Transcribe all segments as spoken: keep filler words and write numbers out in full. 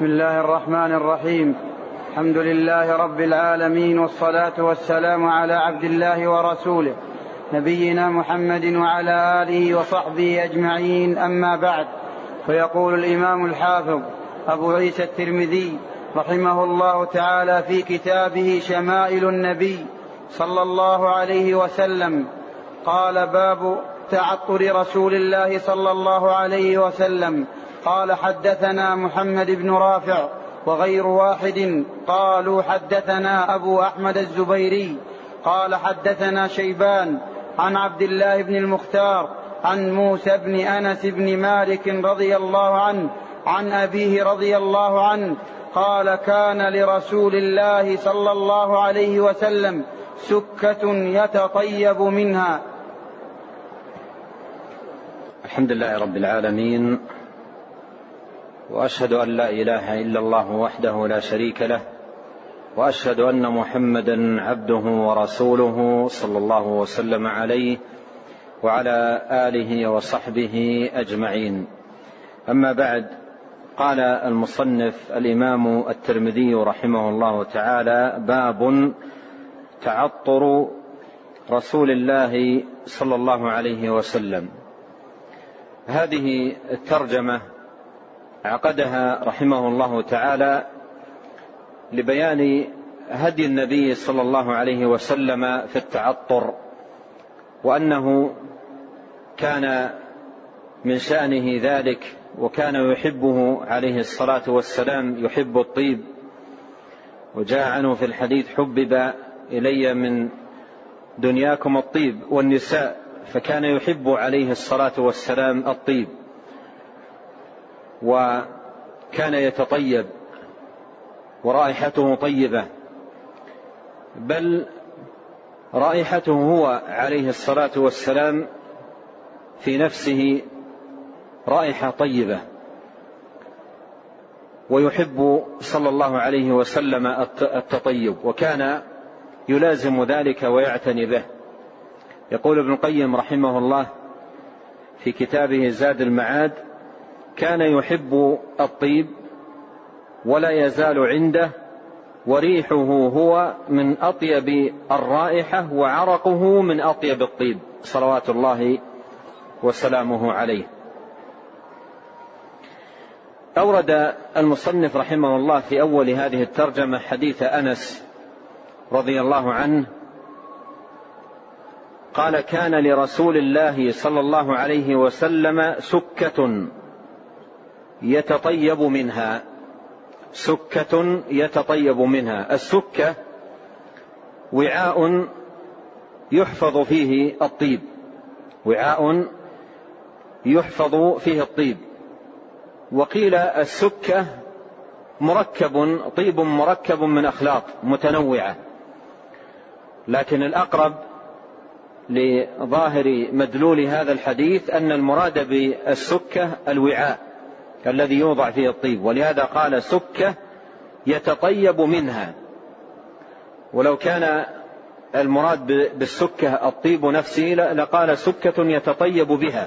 بسم الله الرحمن الرحيم. الحمد لله رب العالمين، والصلاة والسلام على عبد الله ورسوله نبينا محمد وعلى آله وصحبه أجمعين، أما بعد. فيقول الإمام الحافظ أبو عيسى الترمذي رحمه الله تعالى في كتابه شمائل النبي صلى الله عليه وسلم قال: باب تعطر رسول الله صلى الله عليه وسلم. قال: حدثنا محمد بن رافع وغير واحد قالوا حدثنا أبو أحمد الزبيري قال حدثنا شيبان عن عبد الله بن المختار عن موسى بن أنس بن مالك رضي الله عنه عن أبيه رضي الله عنه قال: كان لرسول الله صلى الله عليه وسلم سكة يتطيب منها. الحمد لله رب العالمين، وأشهد أن لا إله إلا الله وحده لا شريك له، وأشهد أن محمدا عبده ورسوله صلى الله وسلم عليه وعلى آله وصحبه أجمعين. أما بعد، قال المصنف الإمام الترمذي رحمه الله تعالى: باب تعطر رسول الله صلى الله عليه وسلم. هذه الترجمة عقدها رحمه الله تعالى لبيان هدي النبي صلى الله عليه وسلم في التعطر، وأنه كان من شأنه ذلك، وكان يحبه عليه الصلاة والسلام، يحب الطيب. وجاء عنه في الحديث: حبب إلي من دنياكم الطيب والنساء. فكان يحب عليه الصلاة والسلام الطيب، وكان يتطيب، ورائحته طيبة، بل رائحته هو عليه الصلاة والسلام في نفسه رائحة طيبة. ويحب صلى الله عليه وسلم التطيب، وكان يلازم ذلك ويعتني به. يقول ابن القيم رحمه الله في كتابه زاد المعاد: كان يحب الطيب ولا يزال عنده، وريحه هو من أطيب الرائحة، وعرقه من أطيب الطيب، صلوات الله وسلامه عليه. أورد المصنف رحمه الله في أول هذه الترجمة حديث أنس رضي الله عنه قال: كان لرسول الله صلى الله عليه وسلم سكة يتطيب منها. سكة يتطيب منها. السكة وعاء يحفظ فيه الطيب، وعاء يحفظ فيه الطيب. وقيل السكة مركب، طيب مركب من أخلاط متنوعة، لكن الأقرب لظاهر مدلول هذا الحديث أن المراد بالسكة الوعاء الذي يوضع فيه الطيب، ولهذا قال: سكة يتطيب منها. ولو كان المراد بالسكة الطيب نفسه لقال: سكة يتطيب بها.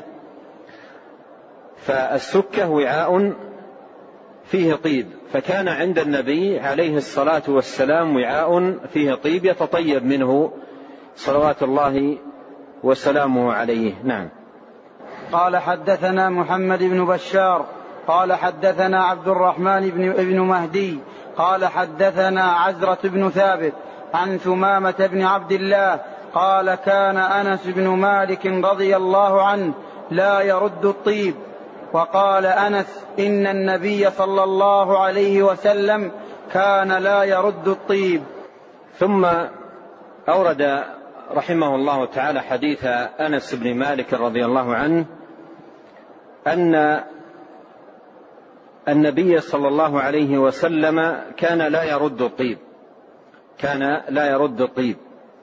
فالسكة وعاء فيه طيب، فكان عند النبي عليه الصلاة والسلام وعاء فيه طيب يتطيب منه صلوات الله وسلامه عليه. نعم. قال: حدثنا محمد بن بشار قال حدثنا عبد الرحمن بن ابن مهدي قال حدثنا عزرة بن ثابت عن ثمامة بن عبد الله قال: كان أنس بن مالك رضي الله عنه لا يرد الطيب. وقال أنس: إن النبي صلى الله عليه وسلم كان لا يرد الطيب. ثم أورد رحمه الله تعالى حديث أنس بن مالك رضي الله عنه أن النبي صلى الله عليه وسلم كان لا يرد الطيب، كان لا يرد الطيب.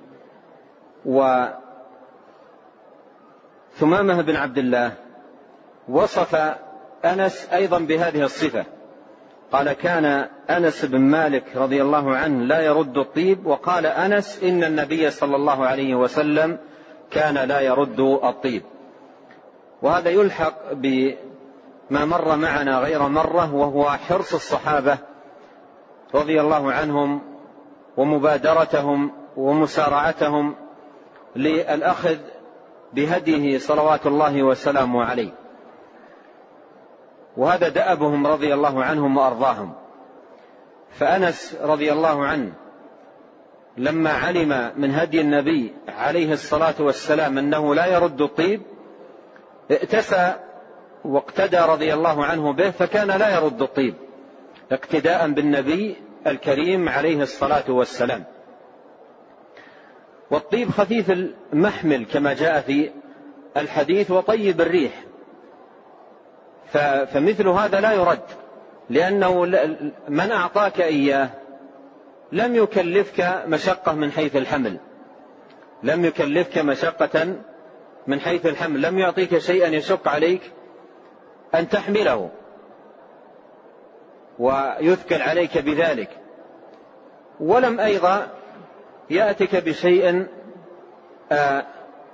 وثمامة بن عبد الله وصف أنس أيضا بهذه الصفة، قال: كان أنس بن مالك رضي الله عنه لا يرد الطيب. وقال أنس: إن النبي صلى الله عليه وسلم كان لا يرد الطيب. وهذا يلحق ما مر معنا غير مرة، وهو حرص الصحابة رضي الله عنهم ومبادرتهم ومسارعتهم للأخذ بهديه صلوات الله وسلامه عليه، وهذا دأبهم رضي الله عنهم وأرضاهم. فأنس رضي الله عنه لما علم من هدي النبي عليه الصلاة والسلام أنه لا يرد الطيب ائتسى واقتدى رضي الله عنه به، فكان لا يرد الطيب اقتداء بالنبي الكريم عليه الصلاة والسلام. والطيب خفيف المحمل كما جاء في الحديث وطيب الريح، فمثل هذا لا يرد، لأنه من أعطاك إياه لم يكلفك مشقة من حيث الحمل، لم يكلفك مشقة من حيث الحمل، لم يعطيك شيئا يشق عليك أن تحمله ويثقل عليك بذلك، ولم أيضا يأتك بشيء آه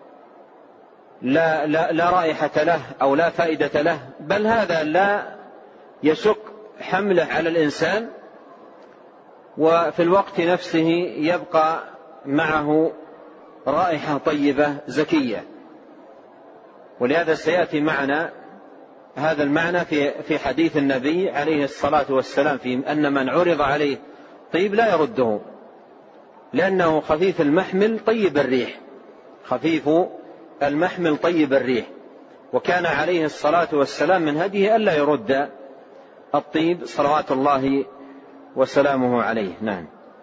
لا, لا, لا رائحة له أو لا فائدة له، بل هذا لا يشق حمله على الإنسان، وفي الوقت نفسه يبقى معه رائحة طيبة زكية. ولهذا سيأتي معنا هذا المعنى في في حديث النبي عليه الصلاة والسلام في أن من عرض عليه طيب لا يرده، لأنه خفيف المحمل طيب الريح، خفيف المحمل طيب الريح. وكان عليه الصلاة والسلام من هديه ألا يرد الطيب صلوات الله وسلامه عليه. نعم.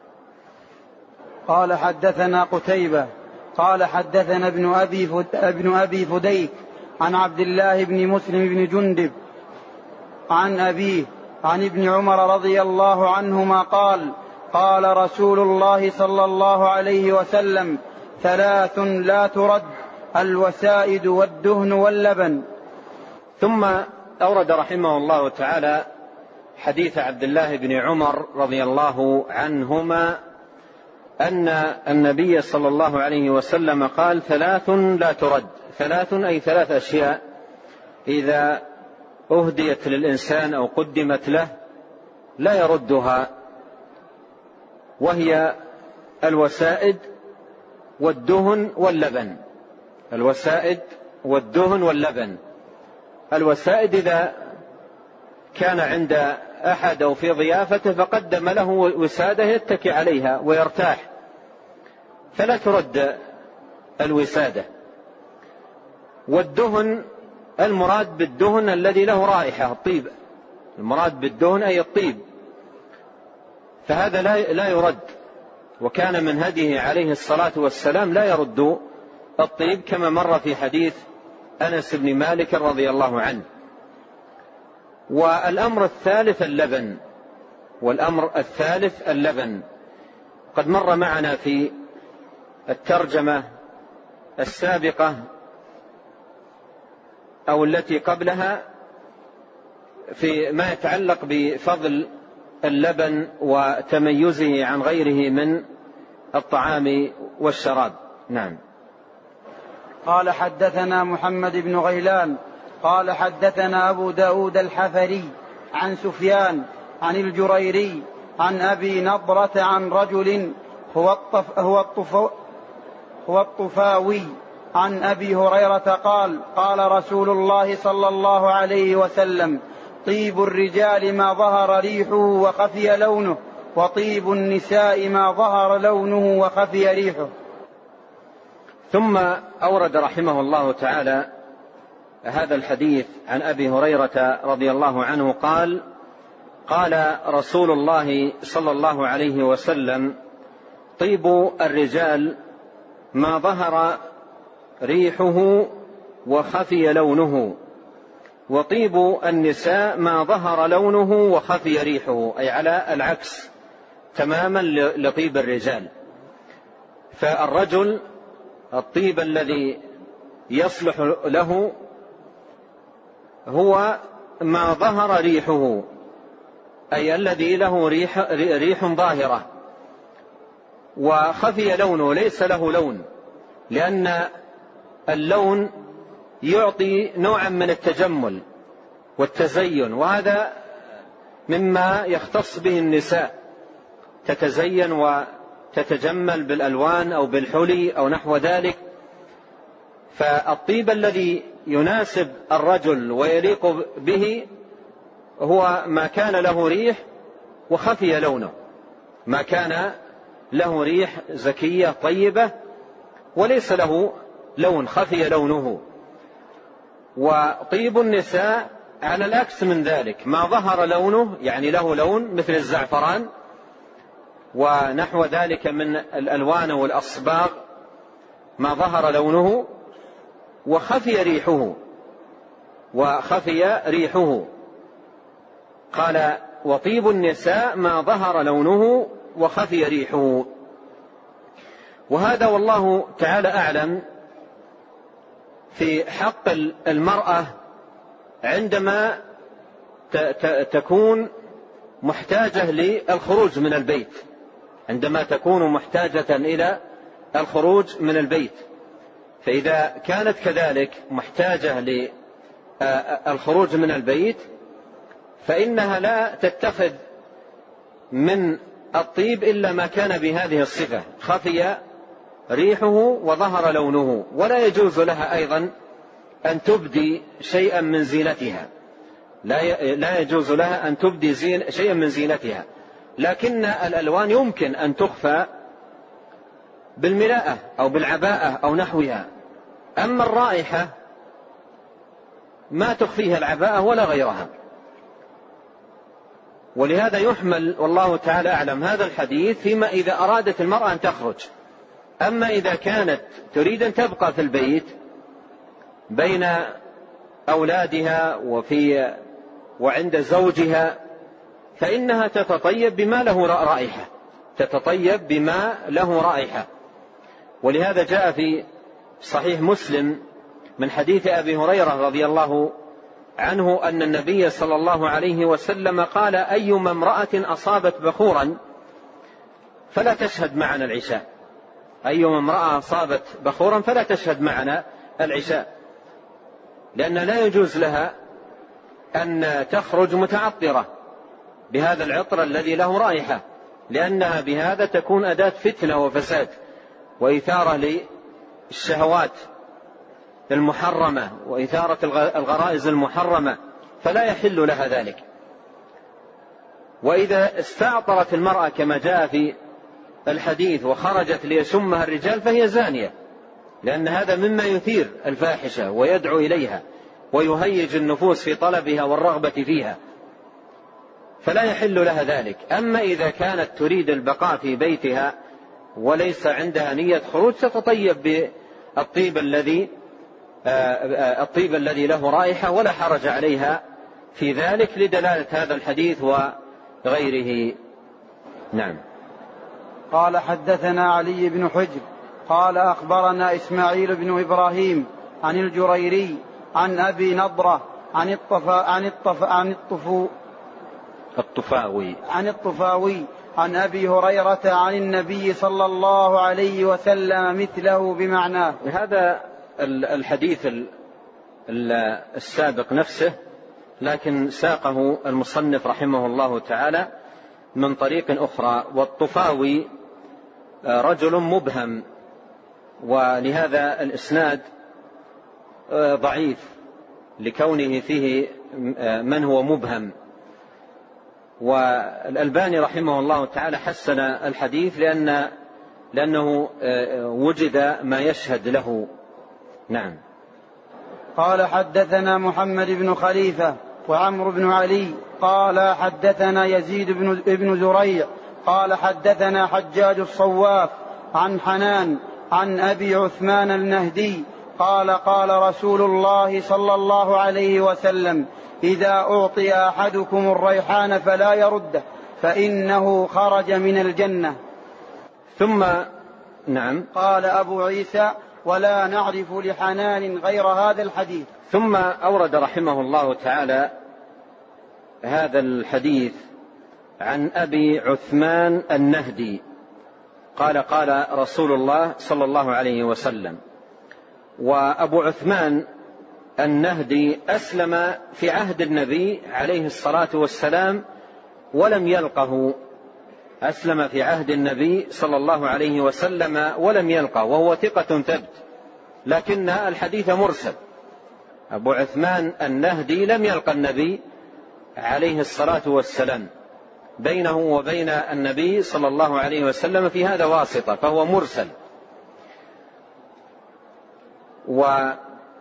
قال حدثنا قتيبة قال حدثنا ابن أبي, فد... ابن أبي فديك عن عبد الله بن مسلم بن جندب عن أبيه عن ابن عمر رضي الله عنهما قال قال رسول الله صلى الله عليه وسلم ثلاث لا ترد: الوسائد والدهن واللبن. ثم أورد رحمه الله تعالى حديث عبد الله بن عمر رضي الله عنهما أن النبي صلى الله عليه وسلم قال ثلاث لا ترد. ثلاث أي ثلاث أشياء إذا أهديت للإنسان أو قدمت له لا يردها، وهي الوسائد والدهن واللبن. الوسائد والدهن واللبن. الوسائد إذا كان عند أحد أو في ضيافته فقدم له وسادة يتكي عليها ويرتاح، فلا ترد الوسادة. والدهن المراد بالدهن الذي له رائحة الطيب، المراد بالدهن أي الطيب، فهذا لا يرد. وكان من هديه عليه الصلاة والسلام لا يرد الطيب كما مر في حديث أنس بن مالك رضي الله عنه. والأمر الثالث اللبن. والأمر الثالث اللبن قد مر معنا في الترجمة السابقة أو التي قبلها في ما يتعلق بفضل اللبن وتميزه عن غيره من الطعام والشراب. نعم. قال حدثنا محمد بن غيلان قال حدثنا أبو داود الحفري عن سفيان عن الجريري عن أبي نضرة عن رجل هو, الطف هو, الطف هو الطفاوي عن أبي هريرة قال قال رسول الله صلى الله عليه وسلم: طيب الرجال ما ظهر ريحه وخفي لونه، وطيب النساء ما ظهر لونه وخفي ريحه. ثم أورد رحمه الله تعالى هذا الحديث عن أبي هريرة رضي الله عنه قال قال رسول الله صلى الله عليه وسلم: طيب الرجال ما ظهر ريحه وخفي لونه، وطيب النساء ما ظهر لونه وخفي ريحه، أي على العكس تماما لطيب الرجال. فالرجل الطيب الذي يصلح له هو ما ظهر ريحه، أي الذي له ريح, ريح ظاهرة، وخفي لونه ليس له لون، لأن اللون يعطي نوعا من التجمل، والتزين، وهذا مما يختص به النساء، تتزين وتتجمل بالألوان أو بالحلي أو نحو ذلك. فالطيب الذي يناسب الرجل ويليق به هو ما كان له ريح وخفي لونه، ما كان له ريح زكية طيبة وليس له لون خفي لونه. وطيب النساء على العكس من ذلك، ما ظهر لونه يعني له لون مثل الزعفران ونحو ذلك من الألوان والأصباغ، ما ظهر لونه وخفي ريحه وخفي ريحه. قال وطيب النساء ما ظهر لونه وخفي ريحه. وهذا والله تعالى أعلم في حق المرأة عندما تكون محتاجة للخروج من البيت، عندما تكون محتاجة إلى الخروج من البيت. فإذا كانت كذلك محتاجة للخروج من البيت فإنها لا تتخذ من الطيب إلا ما كان بهذه الصفة، خفي ريحه وظهر لونه. ولا يجوز لها أيضا أن تبدي شيئا من زينتها، لا يجوز لها أن تبدي زين شيئا من زينتها، لكن الألوان يمكن أن تخفى بالملاءة أو بالعباءة أو نحوها. أما الرائحة ما تخفيها العباءة ولا غيرها. ولهذا يحمل والله تعالى أعلم هذا الحديث فيما إذا أرادت المرأة أن تخرج. أما إذا كانت تريد أن تبقى في البيت بين أولادها وفي وعند زوجها فإنها تتطيب بما له رائحة، تتطيب بما له رائحة. ولهذا جاء في صحيح مسلم من حديث أبي هريرة رضي الله عنه أن النبي صلى الله عليه وسلم قال أيما امرأة أصابت بخورا فلا تشهد معنا العشاء، أيما امرأة أصابت بخورا فلا تشهد معنا العشاء، لأن لا يجوز لها أن تخرج متعطرة بهذا العطر الذي له رائحة، لأنها بهذا تكون أداة فتنة وفساد وإثارة للشهوات المحرمة وإثارة الغرائز المحرمة، فلا يحل لها ذلك. وإذا استعطرت المرأة كما جاء في الحديث وخرجت ليشمها الرجال فهي زانية، لأن هذا مما يثير الفاحشة ويدعو إليها ويهيج النفوس في طلبها والرغبة فيها، فلا يحل لها ذلك. أما إذا كانت تريد البقاء في بيتها وليس عندها نية خروج تتطيب بالطيب الذي الطيب الذي له رائحة ولا حرج عليها في ذلك لدلالة هذا الحديث وغيره. نعم. قال حدثنا علي بن حجر قال أخبرنا إسماعيل بن إبراهيم عن الجريري عن أبي نضرة عن الطفا عن الطفا عن الطفو الطفاوي عن الطفاوي عن أبي هريرة عن النبي صلى الله عليه وسلم مثله بمعناه. هذا الحديث السابق نفسه، لكن ساقه المصنف رحمه الله تعالى من طريق أخرى. والطفاوي رجل مبهم، ولهذا الإسناد ضعيف لكونه فيه من هو مبهم. والألباني رحمه الله تعالى حسن الحديث لأن لأنه وجد ما يشهد له. نعم. قال حدثنا محمد بن خليفة وعمرو بن علي قال حدثنا يزيد بن, بن زريع قال حدثنا حجاج الصواف عن حنان عن أبي عثمان النهدي قال قال رسول الله صلى الله عليه وسلم إذا أعطي أحدكم الريحان فلا يرده فإنه خرج من الجنة. ثم نعم. قال أبو عيسى ولا نعرف لحنان غير هذا الحديث. ثم أورد رحمه الله تعالى هذا الحديث عن أبي عثمان النهدي قال قال رسول الله صلى الله عليه وسلم. وأبو عثمان النهدي أسلم في عهد النبي عليه الصلاة والسلام ولم يلقه، أسلم في عهد النبي صلى الله عليه وسلم ولم يلقه، وهو ثقة ثبت، لكن الحديث مرسل. أبو عثمان النهدي لم يلقى النبي عليه الصلاة والسلام، بينه وبين النبي صلى الله عليه وسلم في هذا واسطة، فهو مرسل. وحنان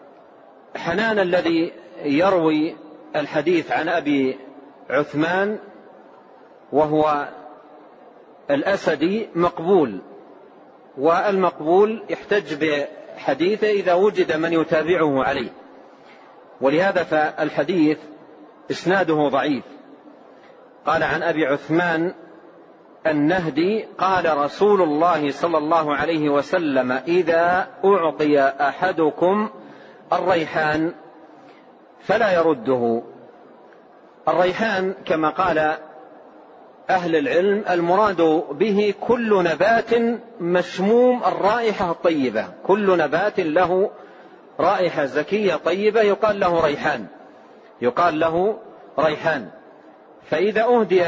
الذي يروي الحديث عن أبي عثمان وهو الأسدي مقبول، والمقبول يحتج بحديثه إذا وجد من يتابعه عليه، ولهذا فالحديث إسناده ضعيف. قال عن أبي عثمان النهدي قال رسول الله صلى الله عليه وسلم: إذا أعطي أحدكم الريحان فلا يرده. الريحان كما قال أهل العلم المراد به كل نبات مشموم الرائحة الطيبة، كل نبات له رائحة زكية طيبة يقال له ريحان، يقال له ريحان. فإذا أهدي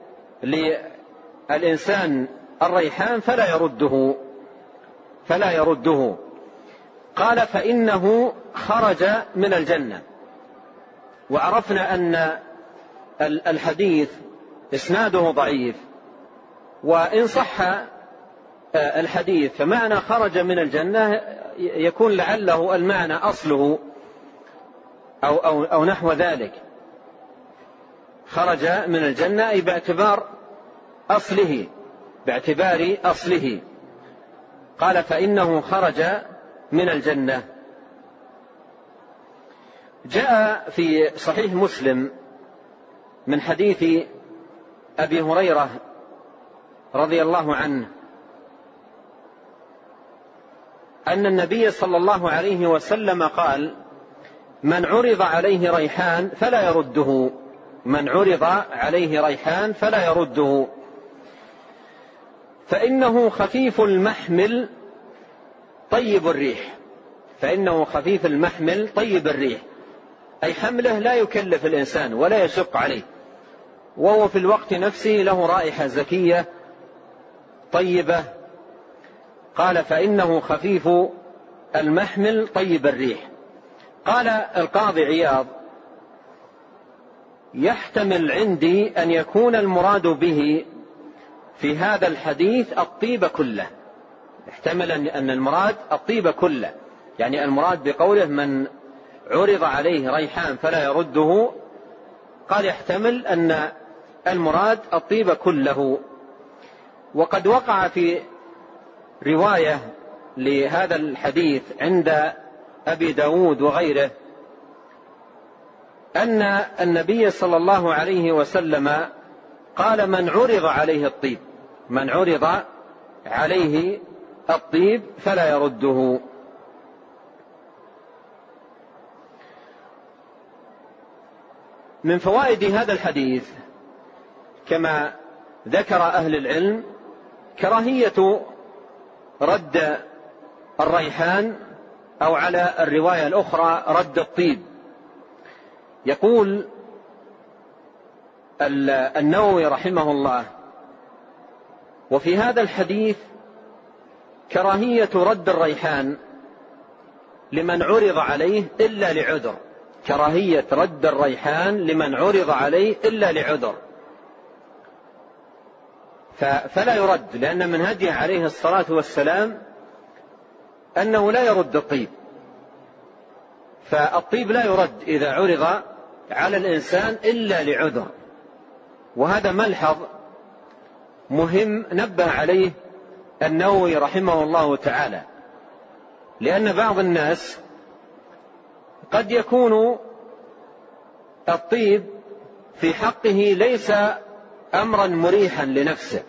للإنسان الريحان فلا يرده، فلا يرده. قال: فإنه خرج من الجنة. وعرفنا أن الحديث إسناده ضعيف، وإن صح الحديث فمعنى خرج من الجنة يكون لعله المعنى أصله أو, أو, أو نحو ذلك. خرج من الجنة أي باعتبار أصله، باعتبار أصله. قال: فإنه خرج من الجنة. جاء في صحيح مسلم من حديث أبي هريرة رضي الله عنه أن النبي صلى الله عليه وسلم قال: من عرض عليه ريحان فلا يرده، من عرض عليه ريحان فلا يرده، فإنه خفيف المحمل طيب الريح، فإنه خفيف المحمل طيب الريح، أي حمله لا يكلف الإنسان ولا يشق عليه، وهو في الوقت نفسه له رائحة زكية طيبة. قال: فإنه خفيف المحمل طيب الريح. قال القاضي عياض: يحتمل عندي أن يكون المراد به في هذا الحديث الطيب كله، يحتمل أن المراد الطيب كله، يعني المراد بقوله من عرض عليه ريحان فلا يرده، قال يحتمل أن المراد الطيب كله. وقد وقع في رواية لهذا الحديث عند أبي داود وغيره أن النبي صلى الله عليه وسلم قال: من عرض عليه الطيب، من عرض عليه الطيب فلا يرده. من فوائد هذا الحديث كما ذكر أهل العلم كراهية رد الريحان، أو على الرواية الأخرى رد الطيب. يقول النووي رحمه الله: وفي هذا الحديث كراهية رد الريحان لمن عرض عليه إلا لعذر، كراهية رد الريحان لمن عرض عليه إلا لعذر، فلا يرد، لأن من هديه عليه الصلاة والسلام أنه لا يرد الطيب، فالطيب لا يرد إذا عرض على الإنسان إلا لعذر. وهذا ملحظ مهم نبه عليه النووي رحمه الله تعالى، لأن بعض الناس قد يكون الطيب في حقه ليس أمرا مريحا لنفسه،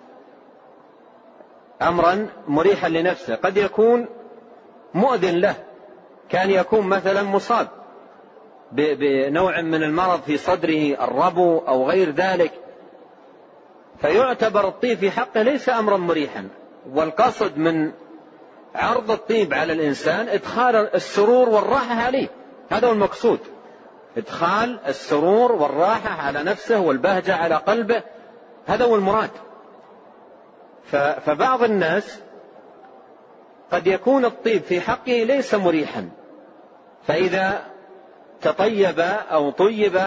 أمرا مريحا لنفسه، قد يكون مؤذن له، كان يكون مثلا مصاب بنوع من المرض في صدره، الربو أو غير ذلك، فيعتبر الطيب في حقه ليس أمرا مريحا. والقصد من عرض الطيب على الإنسان إدخال السرور والراحة عليه، هذا هو المقصود، إدخال السرور والراحة على نفسه والبهجة على قلبه، هذا هو المراد. فبعض الناس قد يكون الطيب في حقه ليس مريحا، فإذا تطيب أو طيب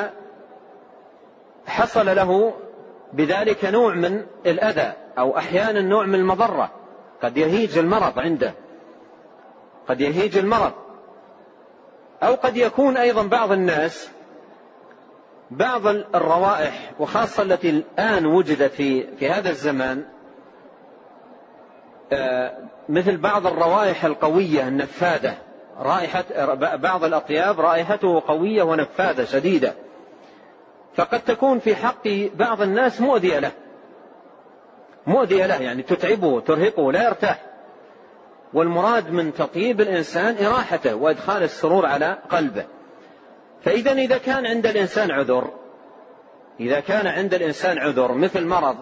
حصل له بذلك نوع من الأذى أو أحيانا نوع من المضرة، قد يهيج المرض عنده، قد يهيج المرض. أو قد يكون أيضا بعض الناس بعض الروائح، وخاصة التي الآن وجدت في, في هذا الزمان، مثل بعض الروائح القوية النفاذة، رائحة بعض الأطياب رائحته قوية ونفاذة شديدة، فقد تكون في حق بعض الناس مؤذية له، مؤذية له يعني تتعبه ترهقه لا يرتاح. والمراد من تطيب الإنسان إراحته وإدخال السرور على قلبه. فإذا إذا كان عند الإنسان عذر، إذا كان عند الإنسان عذر مثل مرض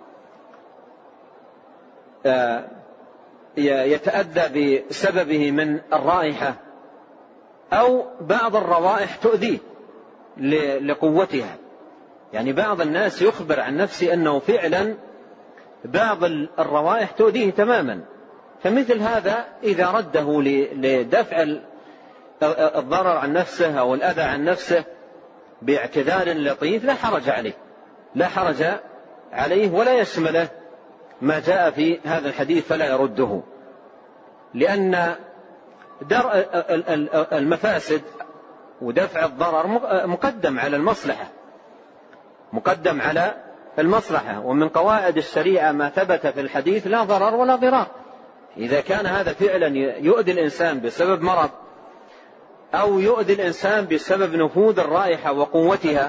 يتأذى بسببه من الرائحة، أو بعض الروائح تؤذيه لقوتها، يعني بعض الناس يخبر عن نفسه أنه فعلا بعض الروائح تؤذيه تماما، فمثل هذا إذا رده لدفع الضرر عن نفسه أو الأذى عن نفسه باعتذار لطيف لا حرج عليه، لا حرج عليه ولا يشمله ما جاء في هذا الحديث فلا يرده، لأن درء المفاسد ودفع الضرر مقدم على المصلحة، مقدم على المصلحة. ومن قواعد الشريعة ما ثبت في الحديث لا ضرر ولا ضرار. إذا كان هذا فعلا يؤذي الإنسان بسبب مرض، أو يؤذي الإنسان بسبب نفوذ الرائحة وقوتها،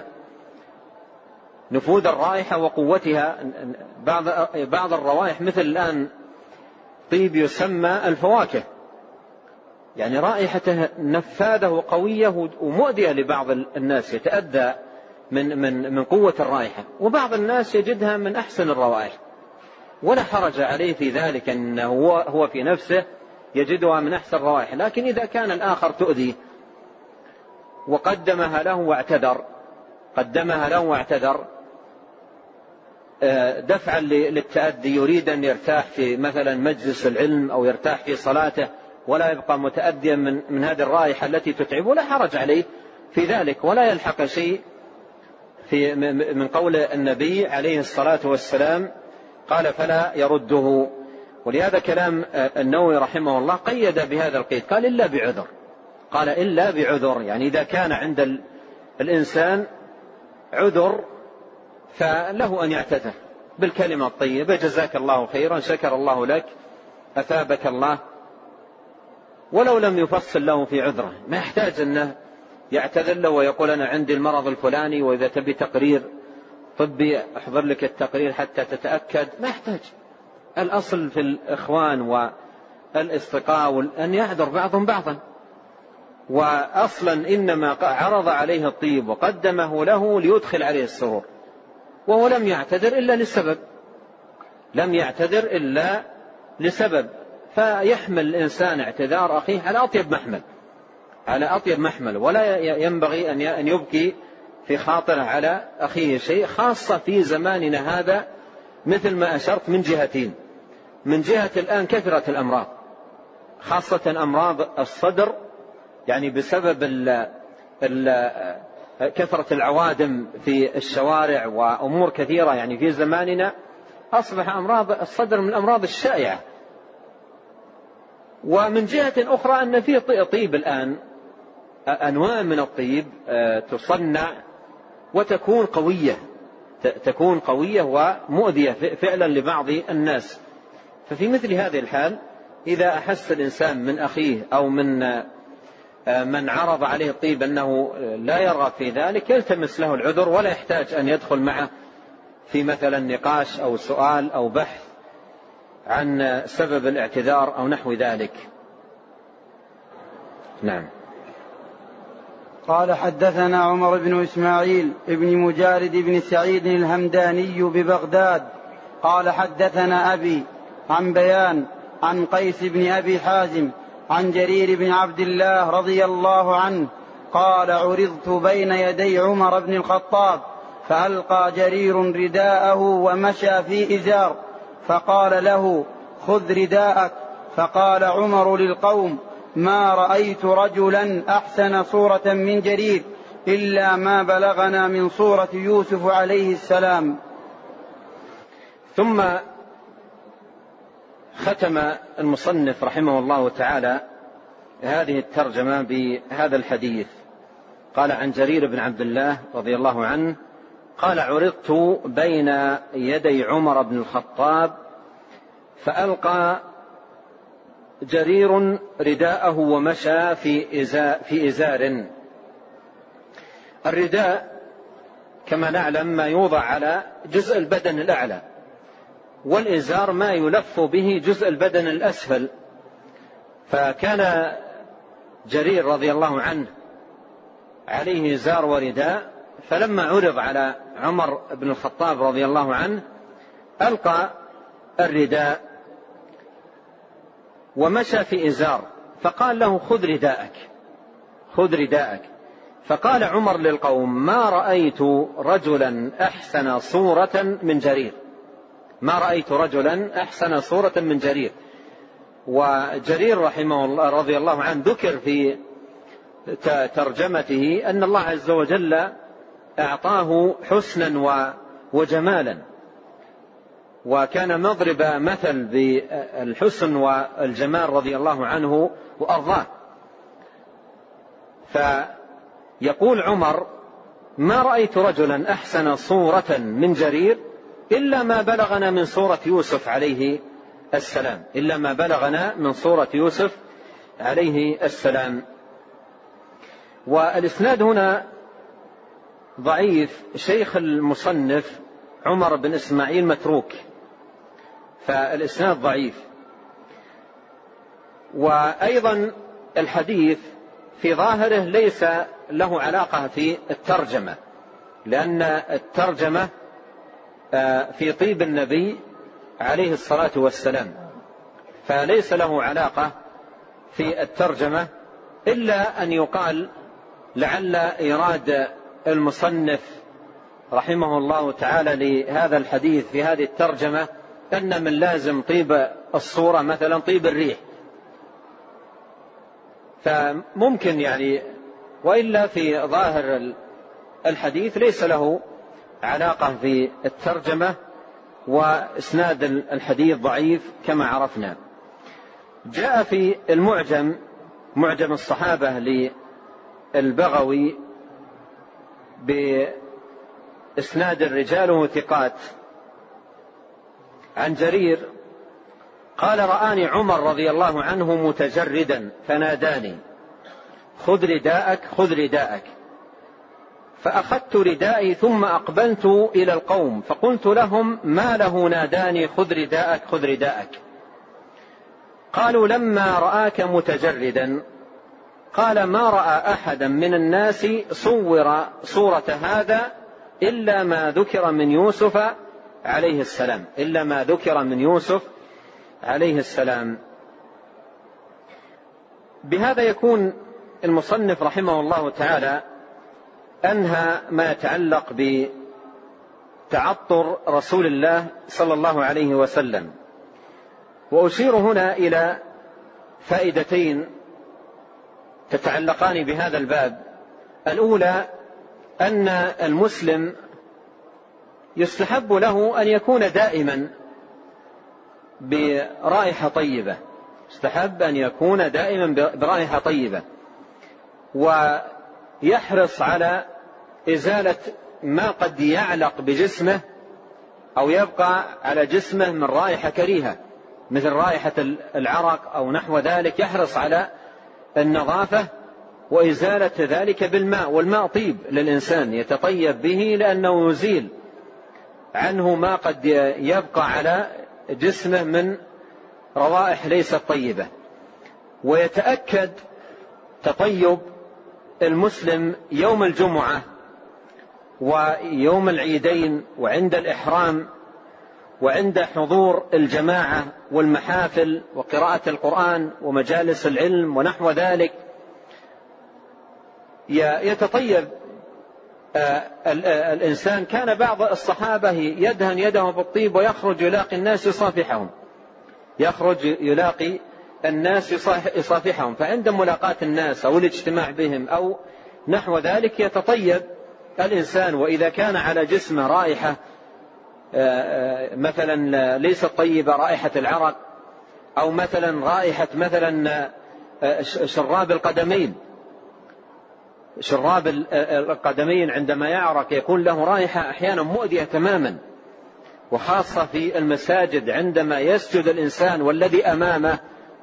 نفوذ الرائحة وقوتها، بعض بعض الروائح مثل الآن طيب يسمى الفواكه، يعني رائحته نفاذة وقوية ومؤذية لبعض الناس، يتأذى من من من قوة الرائحة، وبعض الناس يجدها من أحسن الروائح ولا حرج عليه في ذلك، أنه هو هو في نفسه يجدها من أحسن الروائح. لكن إذا كان الآخر تؤذيه وقدمها له واعتذر، قدمها له واعتذر دفعا للتأذي، يريد أن يرتاح في مثلا مجلس العلم أو يرتاح في صلاته ولا يبقى متأذيا من, من هذه الرائحة التي تتعبه، لا حرج عليه في ذلك ولا يلحق شيء في من قول النبي عليه الصلاة والسلام قال فلا يرده. ولهذا كلام النووي رحمه الله قيد بهذا القيد، قال إلا بعذر، قال إلا بعذر، يعني إذا كان عند الإنسان عذر فله أن يعتذر بالكلمة الطيبة، جزاك الله خيرا، شكر الله لك، أثابك الله، ولو لم يفصل له في عذره، ما يحتاج أنه يعتذر له ويقول أنا عندي المرض الفلاني وإذا تبي تقرير طبي أحضر لك التقرير حتى تتأكد، ما يحتاج. الأصل في الإخوان والإصدقاء أن يعذر بعضهم بعضا، وأصلا إنما عرض عليه الطيب وقدمه له ليدخل عليه السرور، وهو لم يعتذر إلا لسبب، لم يعتذر إلا لسبب، فيحمل الإنسان اعتذار أخيه على أطيب محمل، على أطيب محمل، ولا ينبغي أن يبكي في خاطره على أخيه شيء، خاصة في زماننا هذا مثل ما أشرت من جهتين. من جهة الآن كثرة الأمراض، خاصة أمراض الصدر، يعني بسبب ال ال كثرة العوادم في الشوارع وأمور كثيرة، يعني في زماننا أصبح أمراض الصدر من الأمراض الشائعة. ومن جهة أخرى أن في طيب الآن أنواع من الطيب تصنع وتكون قوية، تكون قوية ومؤذية فعلا لبعض الناس. ففي مثل هذه الحال إذا أحس الإنسان من أخيه أو من من عرض عليه الطيب أنه لا يرغب في ذلك يلتمس له العذر، ولا يحتاج أن يدخل معه في مثلا نقاش أو سؤال أو بحث عن سبب الاعتذار أو نحو ذلك. نعم. قال حدثنا عمر بن إسماعيل بن مجالد بن سعيد الهمداني ببغداد قال حدثنا أبي عن بيان عن قيس بن أبي حازم عن جرير بن عبد الله رضي الله عنه قال: عرضت بين يدي عمر بن الخطاب فألقى جرير رداءه ومشى في إزار، فقال له: خذ رداءك. فقال عمر للقوم: ما رأيت رجلا أحسن صورة من جرير إلا ما بلغنا من صورة يوسف عليه السلام. ثم ختم المصنف رحمه الله تعالى هذه الترجمة بهذا الحديث. قال: عن جرير بن عبد الله رضي الله عنه قال: عرضت بين يدي عمر بن الخطاب فألقى جرير رداءه ومشى في إزار, في إزار. الرداء كما نعلم ما يوضع على جزء البدن الأعلى، والإزار ما يلف به جزء البدن الأسفل. فكان جرير رضي الله عنه عليه إزار ورداء، فلما عرض على عمر بن الخطاب رضي الله عنه ألقى الرداء ومشى في إزار، فقال له: خذ رداءك خذ رداءك. فقال عمر للقوم: ما رأيت رجلا أحسن صورة من جرير ما رأيت رجلا أحسن صورة من جرير. وجرير رحمه الله رضي الله عنه ذكر في ترجمته أن الله عز وجل أعطاه حسنا وجمالا، وكان مضرب مثل بالحسن والجمال رضي الله عنه وأرضاه. فيقول عمر: ما رأيت رجلا أحسن صورة من جرير إلا ما بلغنا من صورة يوسف عليه السلام إلا ما بلغنا من صورة يوسف عليه السلام. والإسناد هنا ضعيف. شيخ المصنف عمر بن إسماعيل متروك، فالإسناد ضعيف. وأيضا الحديث في ظاهره ليس له علاقة في الترجمة، لأن الترجمة في طيب النبي عليه الصلاة والسلام، فليس له علاقة في الترجمة، إلا أن يقال لعل إيراد المصنف رحمه الله تعالى لهذا الحديث في هذه الترجمة أن من لازم طيب الصورة مثلا طيب الريح، فممكن يعني، وإلا في ظاهر الحديث ليس له علاقة في الترجمة، وإسناد الحديث ضعيف كما عرفنا. جاء في المعجم معجم الصحابة للبغوي بإسناد رجاله ثقات عن جرير قال: رآني عمر رضي الله عنه متجردا فناداني: خذ رداءك خذ رداءك. فأخذت ردائي ثم أقبلت إلى القوم فقلت لهم: ما له ناداني خذ رداءك خذ رداءك؟ قالوا: لما رآك متجردا. قال: ما رأى أحدا من الناس صور صورة هذا إلا ما ذكر من يوسف عليه السلام إلا ما ذكر من يوسف عليه السلام. بهذا يكون المصنف رحمه الله تعالى أنهى ما يتعلق بتعطر رسول الله صلى الله عليه وسلم. وأشير هنا إلى فائدتين تتعلقان بهذا الباب. الأولى أن المسلم يستحب له أن يكون دائما برائحة طيبة يستحب أن يكون دائما برائحة طيبة، ويحرص على إزالة ما قد يعلق بجسمه أو يبقى على جسمه من رائحة كريهة مثل رائحة العرق أو نحو ذلك. يحرص على النظافة وإزالة ذلك بالماء، والماء طيب للإنسان يتطيب به لأنه يزيل عنه ما قد يبقى على جسمه من روائح ليست طيبة. ويتأكد تطيب المسلم يوم الجمعة ويوم العيدين وعند الإحرام وعند حضور الجماعة والمحافل وقراءة القرآن ومجالس العلم ونحو ذلك. يتطيب الإنسان. كان بعض الصحابة يدهن يده بالطيب ويخرج يلاقي الناس يصافحهم، يخرج يلاقي الناس يصافحهم، فعند ملاقاة الناس أو الاجتماع بهم أو نحو ذلك يتطيب الإنسان. وإذا كان على جسمه رائحة مثلا ليست طيبة، رائحة العرق، أو مثلا رائحة مثلا شراب القدمين، شراب القدمين عندما يعرق يكون له رائحة أحيانا مؤذية تماما، وخاصة في المساجد عندما يسجد الإنسان والذي أمامه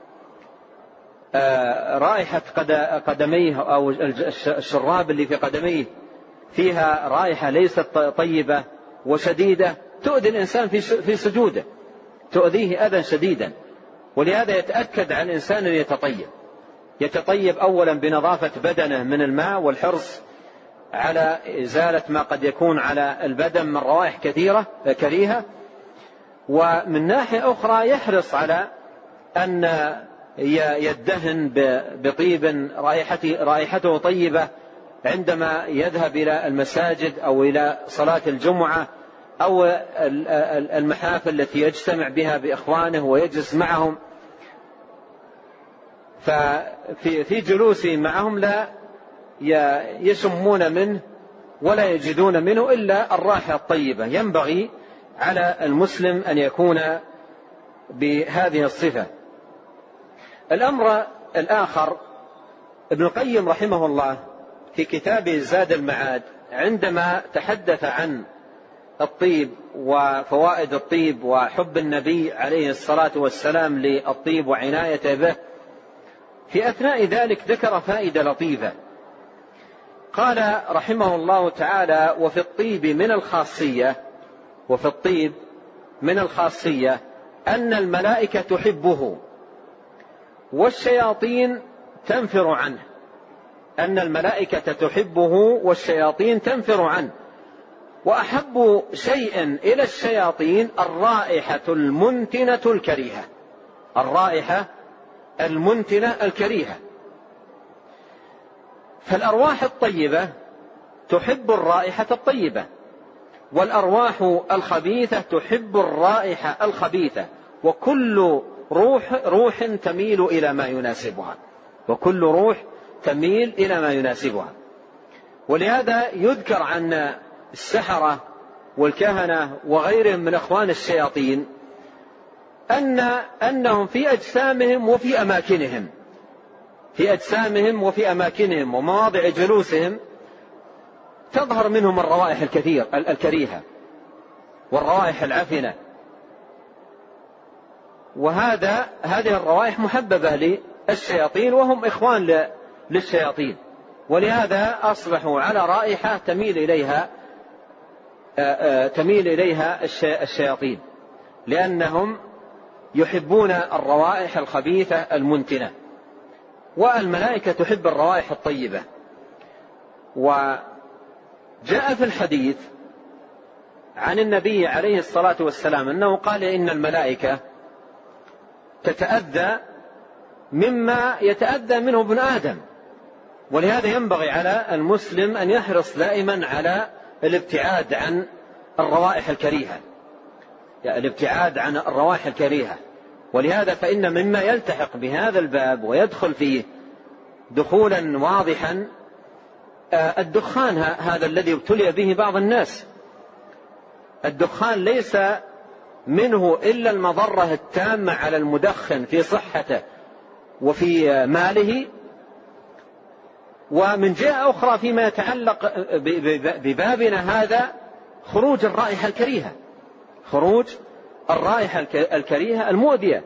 رائحة قدميه أو الشراب اللي في قدميه فيها رائحة ليست طيبة وشديدة تؤذي الإنسان في سجوده، تؤذيه أذى شديدا. ولهذا يتأكد على الإنسان أن يتطيب، يتطيب أولا بنظافة بدنه من الماء والحرص على إزالة ما قد يكون على البدن من روائح كثيرة كريهة، ومن ناحية أخرى يحرص على أن يدهن بطيب رائحته طيبة عندما يذهب إلى المساجد أو إلى صلاة الجمعة أو المحافل التي يجتمع بها بإخوانه ويجلس معهم. ففي جلوسه معهم لا يشمون منه ولا يجدون منه إلا الرائحة الطيبة. ينبغي على المسلم أن يكون بهذه الصفة. الأمر الآخر، ابن القيم رحمه الله في كتابه زاد المعاد عندما تحدث عن الطيب وفوائد الطيب وحب النبي عليه الصلاة والسلام للطيب وعنايته به، في أثناء ذلك ذكر فائدة لطيفة. قال رحمه الله تعالى: وفي الطيب من الخاصية وفي الطيب من الخاصية أن الملائكة تحبه والشياطين تنفر عنه، أن الملائكة تحبه والشياطين تنفر عنه. وأحب شيء إلى الشياطين الرائحة المنتنة الكريهة، الرائحة المنتنة الكريهة. فالأرواح الطيبة تحب الرائحة الطيبة، والأرواح الخبيثة تحب الرائحة الخبيثة، وكل روح روح تميل إلى ما يناسبها، وكل روح تميل إلى ما يناسبها. ولهذا يذكر عن السحرة والكهنة وغيرهم من أخوان الشياطين أن أنهم في أجسامهم وفي أماكنهم في أجسامهم وفي أماكنهم ومواضع جلوسهم تظهر منهم الروائح الكثير الكريهة والروائح العفنة، وهذا هذه الروائح محببة للشياطين وهم إخوان للشياطين، ولهذا أصبحوا على رائحة تميل إليها تميل إليها الشياطين، لأنهم يحبون الروائح الخبيثة المنتنة، والملائكة تحب الروائح الطيبة. وجاء في الحديث عن النبي عليه الصلاة والسلام أنه قال إن الملائكة تتأذى مما يتأذى منه ابن آدم، ولهذا ينبغي على المسلم أن يحرص دائما على الابتعاد عن الروائح الكريهة، يعني الابتعاد عن الروائح الكريهة. ولهذا فإن مما يلتحق بهذا الباب ويدخل فيه دخولا واضحا الدخان، هذا الذي ابتلي به بعض الناس. الدخان ليس منه إلا المضرة التامة على المدخن في صحته وفي ماله، ومن جهة أخرى فيما يتعلق ببابنا هذا خروج الرائحة الكريهة، خروج الرائحة الكريهة المؤذية.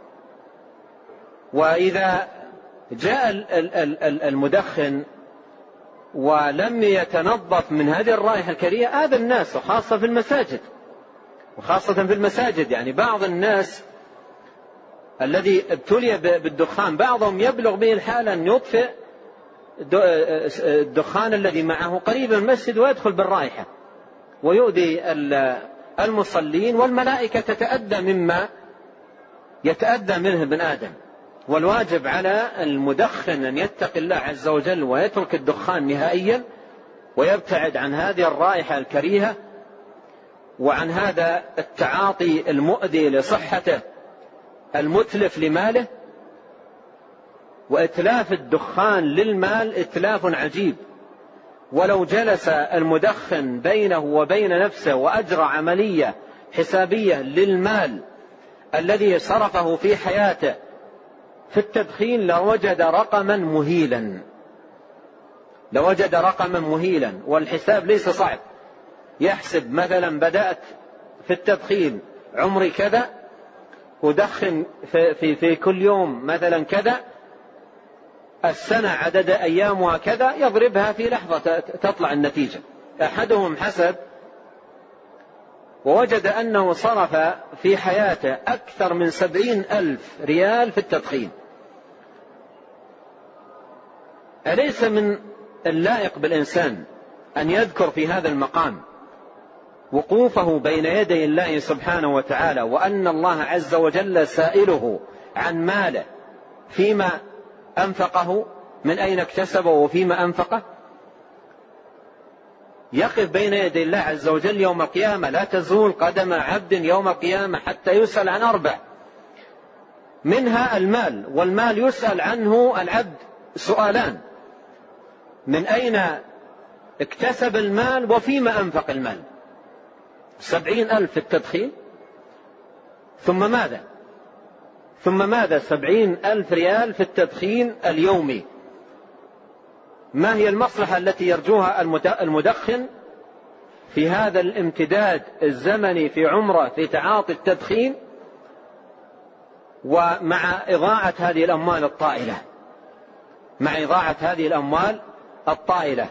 وإذا جاء المدخن ولم يتنظف من هذه الرائحة الكريهة آذى الناس، وخاصة في المساجد وخاصة في المساجد يعني بعض الناس الذي ابتلي بالدخان بعضهم يبلغ به الحال أن يطفئ الدخان الذي معه قريب من المسجد ويدخل بالرائحة ويؤذي المصلين، والملائكة تتأذى مما يتأذى منه ابن آدم. والواجب على المدخن أن يتقي الله عز وجل ويترك الدخان نهائيا، ويبتعد عن هذه الرائحة الكريهة وعن هذا التعاطي المؤذي لصحته المتلف لماله. وإتلاف الدخان للمال إتلاف عجيب، ولو جلس المدخن بينه وبين نفسه وأجرى عملية حسابية للمال الذي صرفه في حياته في التدخين لوجد رقما مهيلا، لوجد رقما مهيلا. والحساب ليس صعب، يحسب مثلا بدأت في التدخين عمري كذا، ودخن في, في, في كل يوم مثلا كذا، السنة عدد أيامها كذا، يضربها في لحظة تطلع النتيجة. أحدهم حسب ووجد أنه صرف في حياته أكثر من سبعين ألف ريال في التدخين. أليس من اللائق بالإنسان أن يذكر في هذا المقام وقوفه بين يدي الله سبحانه وتعالى، وأن الله عز وجل سائله عن ماله فيما أنفقه، من أين اكتسبه وفيما أنفقه؟ يقف بين يدي الله عز وجل يوم القيامة، لا تزول قدم عبد يوم القيامة حتى يسأل عن أربع، منها المال. والمال يسأل عنه العبد سؤالان: من أين اكتسب المال وفيما أنفق المال. سبعين ألف في التدخين، ثم ماذا ثم ماذا سبعين ألف ريال في التدخين اليومي. ما هي المصلحة التي يرجوها المدخن في هذا الامتداد الزمني في عمره في تعاطي التدخين، ومع إضاعة هذه الأموال الطائلة مع إضاعة هذه الأموال الطائلة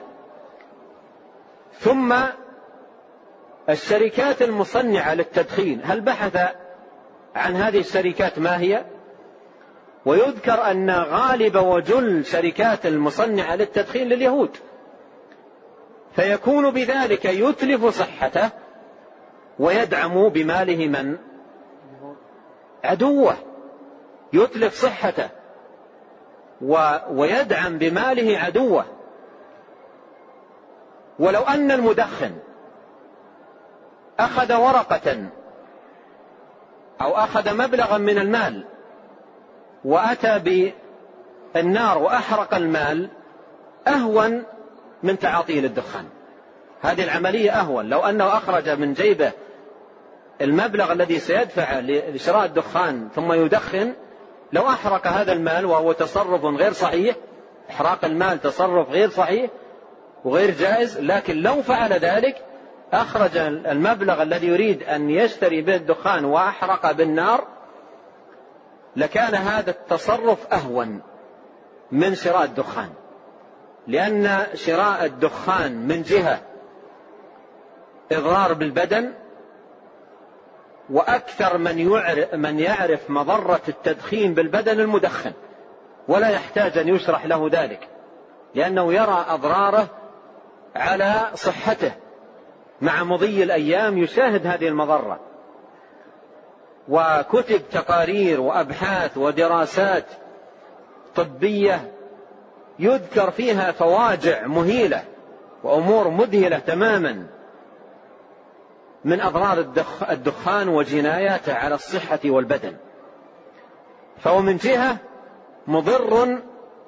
ثم الشركات المصنعة للتدخين، هل بحث عن هذه الشركات ما هي؟ ويذكر أن غالب وجل شركات المصنعة للتدخين لليهود، فيكون بذلك يتلف صحته ويدعم بماله من؟ عدوه. يتلف صحته ويدعم بماله عدوه. ولو أن المدخن أخذ ورقة أو أخذ مبلغا من المال وأتى بالنار وأحرق المال، أهون من تعاطيه للدخان. هذه العملية أهون. لو أنه أخرج من جيبه المبلغ الذي سيدفع لشراء الدخان ثم يدخن، لو أحرق هذا المال وهو تصرف غير صحيح، إحراق المال تصرف غير صحيح وغير جائز، لكن لو فعل ذلك أخرج المبلغ الذي يريد أن يشتري به الدخان وأحرق بالنار، لكان هذا التصرف أهون من شراء الدخان. لأن شراء الدخان من جهة إضرار بالبدن، وأكثر من يعرف, من يعرف مضرة التدخين بالبدن المدخن، ولا يحتاج أن يشرح له ذلك، لأنه يرى أضراره على صحته مع مضي الأيام، يشاهد هذه المضرة. وكتب تقارير وأبحاث ودراسات طبية يذكر فيها فواجع مهيلة وأمور مذهلة تماما من أضرار الدخان وجناياته على الصحة والبدن. فهو من جهة مضر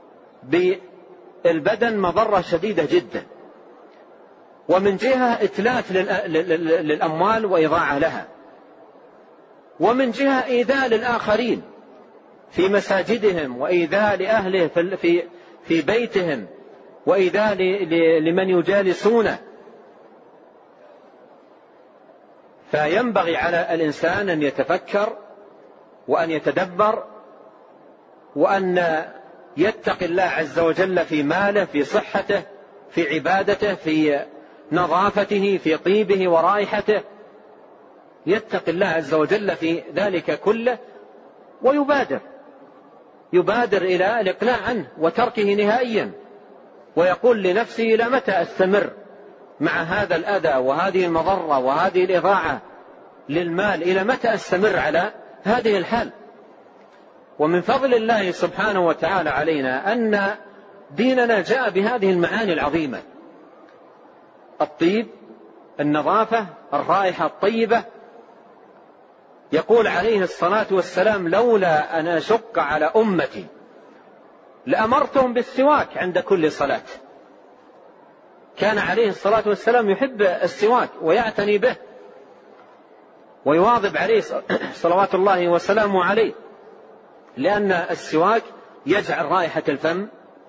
بالبدن مضرة شديدة جدا، ومن جهة إتلاف للأموال وإضاعة لها، ومن جهة إيذاء للآخرين في مساجدهم، وإيذاء لأهله في في بيتهم، وإيذاء لمن يجالسونه. فينبغي على الإنسان أن يتفكر وأن يتدبر وأن يتقي الله عز وجل في ماله، في صحته، في عبادته، في نظافته، في طيبه ورائحته. يتقي الله عز وجل في ذلك كله ويبادر يبادر إلى الإقلاع عنه وتركه نهائيا، ويقول لنفسه: إلى متى أستمر مع هذا الأذى وهذه المضرة وهذه الإضاعة للمال؟ إلى متى أستمر على هذه الحال؟ ومن فضل الله سبحانه وتعالى علينا أن ديننا جاء بهذه المعاني العظيمة: الطيب، النظافة، الرائحة الطيبة. يقول عليه الصلاة والسلام: لولا أن أشق على أمتي لأمرتهم بالسواك عند كل صلاة. كان عليه الصلاة والسلام يحب السواك ويعتني به ويواظب عليه صلوات الله وسلامه عليه، لأن السواك يجعل رائحة الفم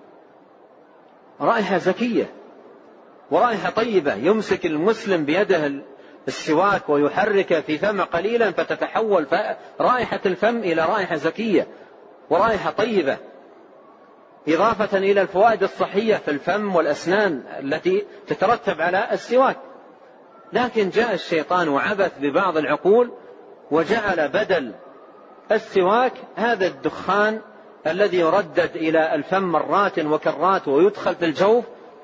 رائحة زكية ورائحة طيبة. يمسك المسلم بيده السواك ويحرك في فمه قليلا فتتحول رائحة الفم إلى رائحة زكية ورائحة طيبة، إضافة إلى الفوائد الصحية في الفم والأسنان التي تترتب على السواك. لكن جاء الشيطان وعبث ببعض العقول وجعل بدل السواك هذا الدخان الذي يردد إلى الفم مرات وكرات ويدخل في الجوف،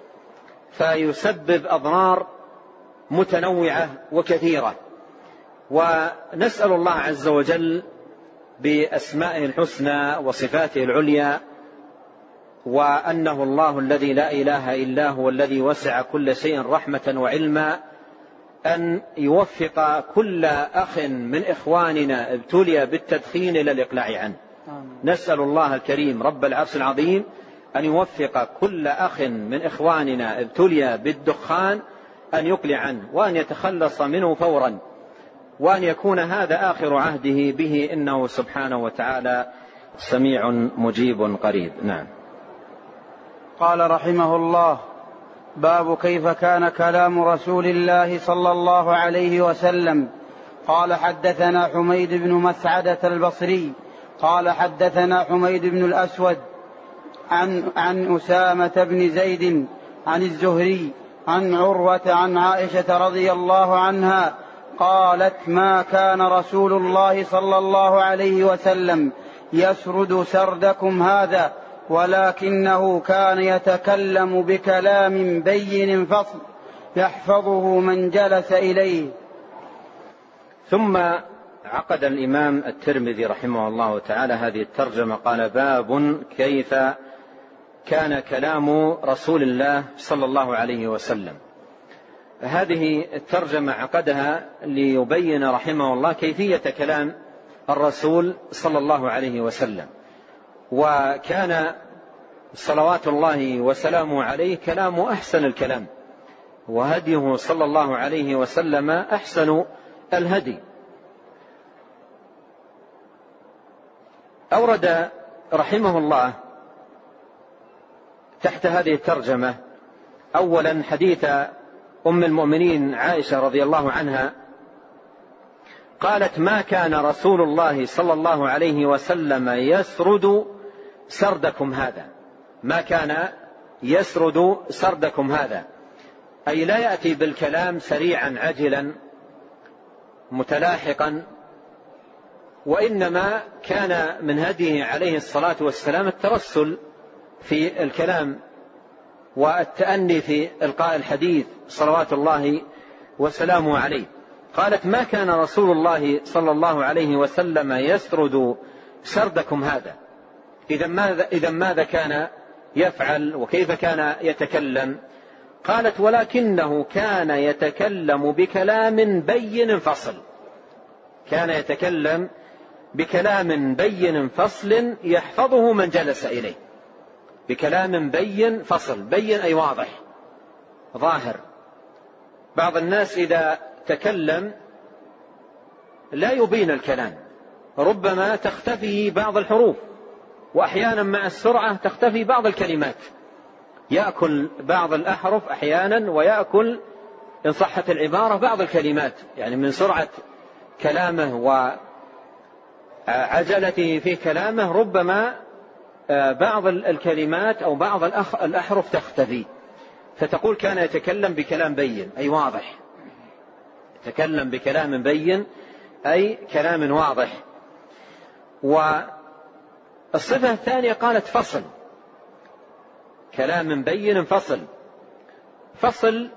فيسبب أضرار متنوعة وكثيرة. ونسأل الله عز وجل بأسمائه الحسنى وصفاته العليا، وأنه الله الذي لا إله إلا هو الذي وسع كل شيء رحمة وعلما، أن يوفق كل أخ من إخواننا ابتلي بالتدخين إلى الإقلاع عنه. نسأل الله الكريم رب العرش العظيم أن يوفق كل أخ من إخواننا ابتلي بالدخان أن يقلع عنه وأن يتخلص منه فورا، وأن يكون هذا آخر عهده به، إنه سبحانه وتعالى سميع مجيب قريب. نعم. قال رحمه الله: باب كيف كان كلام رسول الله صلى الله عليه وسلم. قال: حدثنا حميد بن مسعدة البصري قال حدثنا حميد بن الأسود عن, عن أسامة بن زيد عن الزهري عن عروة عن عائشة رضي الله عنها قالت: ما كان رسول الله صلى الله عليه وسلم يسرد سردكم هذا، ولكنه كان يتكلم بكلام بين فصل يحفظه من جلس إليه. ثم عقد الإمام الترمذي رحمه الله تعالى هذه الترجمة، قال: باب كيف كان كلام رسول الله صلى الله عليه وسلم. هذه الترجمة عقدها ليبين رحمه الله كيفية كلام الرسول صلى الله عليه وسلم. وكان صلوات الله وسلامه عليه كلام أحسن الكلام، وهديه صلى الله عليه وسلم أحسن الهدي. أورد رحمه الله تحت هذه الترجمة أولا حديث أم المؤمنين عائشة رضي الله عنها قالت: ما كان رسول الله صلى الله عليه وسلم يسرد سردكم هذا. ما كان يسرد سردكم هذا، أي لا يأتي بالكلام سريعا عجلا متلاحقا، وإنما كان من هديه عليه الصلاة والسلام الترسل في الكلام والتأني في إلقاء الحديث صلوات الله وسلامه عليه. قالت: ما كان رسول الله صلى الله عليه وسلم يسرد سردكم هذا. إذا ماذا, إذا ماذا كان يفعل وكيف كان يتكلم؟ قالت: ولكنه كان يتكلم بكلام بين فصل. كان يتكلم بكلام بين فصل يحفظه من جلس إليه. بكلام بين فصل، بين أي واضح ظاهر. بعض الناس إذا تكلم لا يبين الكلام، ربما تختفي بعض الحروف، وأحيانا مع السرعة تختفي بعض الكلمات، يأكل بعض الأحرف أحيانا ويأكل إن صحت العبارة بعض الكلمات، يعني من سرعة كلامه وعجلته في كلامه ربما بعض الكلمات أو بعض الأحرف تختفي. فتقول كان يتكلم بكلام بين أي واضح، يتكلم بكلام بين أي كلام واضح. والصفة الثانية قالت فصل، كلام بين فصل. فصل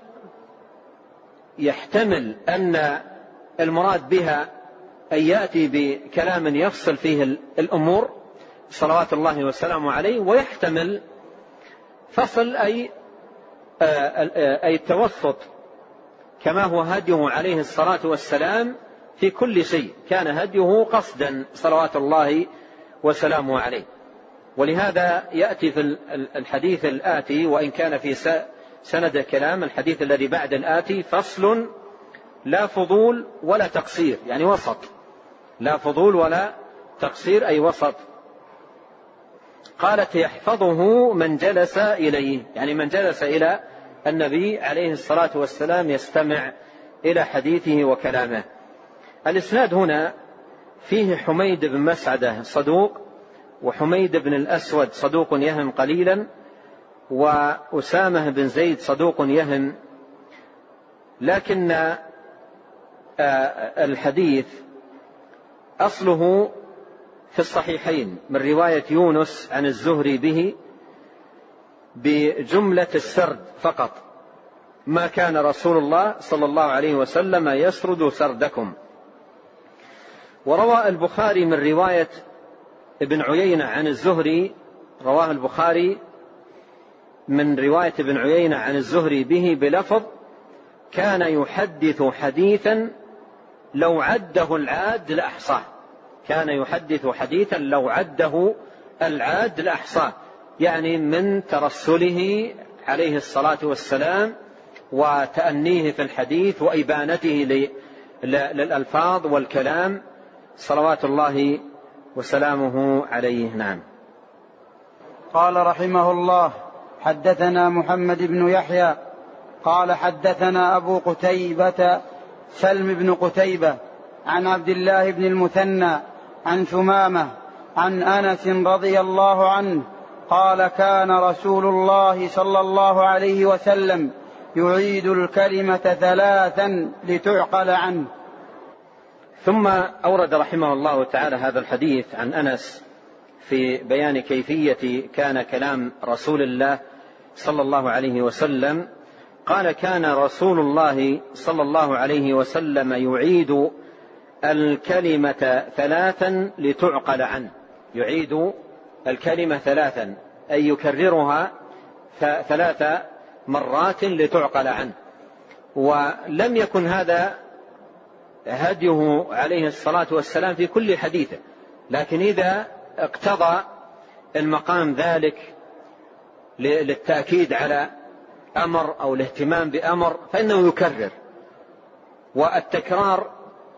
يحتمل أن المراد بها أن يأتي بكلام يفصل فيه الأمور، صلوات الله وسلامه عليه، ويحتمل فصل أي أي التوسط كما هو هديه عليه الصلاة والسلام في كل شيء، كان هديه قصدا صلوات الله وسلامه عليه. ولهذا يأتي في الحديث الآتي، وإن كان في سند كلام الحديث الذي بعد الآتي، فصل لا فضول ولا تقصير، يعني وسط، لا فضول ولا تقصير أي وسط. قالت يحفظه من جلس إليه، يعني من جلس إلى النبي عليه الصلاة والسلام يستمع إلى حديثه وكلامه. الإسناد هنا فيه حميد بن مسعدة صدوق، وحميد بن الأسود صدوق يهم قليلا، وأسامة بن زيد صدوق يهم، لكن الحديث أصله في الصحيحين من رواية يونس عن الزهري به بجملة السرد فقط: ما كان رسول الله صلى الله عليه وسلم يسرد سردكم. وروى البخاري من رواية ابن عيينة عن الزهري، رواه البخاري من رواية ابن عيينة عن الزهري به بلفظ: كان يحدث حديثا لو عده العاد لأحصاه. كان يحدث حديثا لو عده العاد لأحصاه، يعني من ترسله عليه الصلاة والسلام وتأنيه في الحديث وإبانته للألفاظ والكلام صلوات الله وسلامه عليه. نعم. قال رحمه الله: حدثنا محمد بن يحيى قال حدثنا أبو قتيبة سلم بن قتيبة عن عبد الله بن المثنى عن ثمامة عن أنس رضي الله عنه قال: كان رسول الله صلى الله عليه وسلم يعيد الكلمة ثلاثا لتعقل عنه. ثم أورد رحمه الله تعالى هذا الحديث عن أنس في بيان كيفية كان كلام رسول الله صلى الله عليه وسلم. قال: كان رسول الله صلى الله عليه وسلم يعيد الكلمة ثلاثا لتعقل عنه. يعيد الكلمة ثلاثا أي يكررها ثلاث مرات لتعقل عنه. ولم يكن هذا هديه عليه الصلاة والسلام في كل حديثه، لكن إذا اقتضى المقام ذلك للتأكيد على أمر أو الاهتمام بأمر فإنه يكرر. والتكرار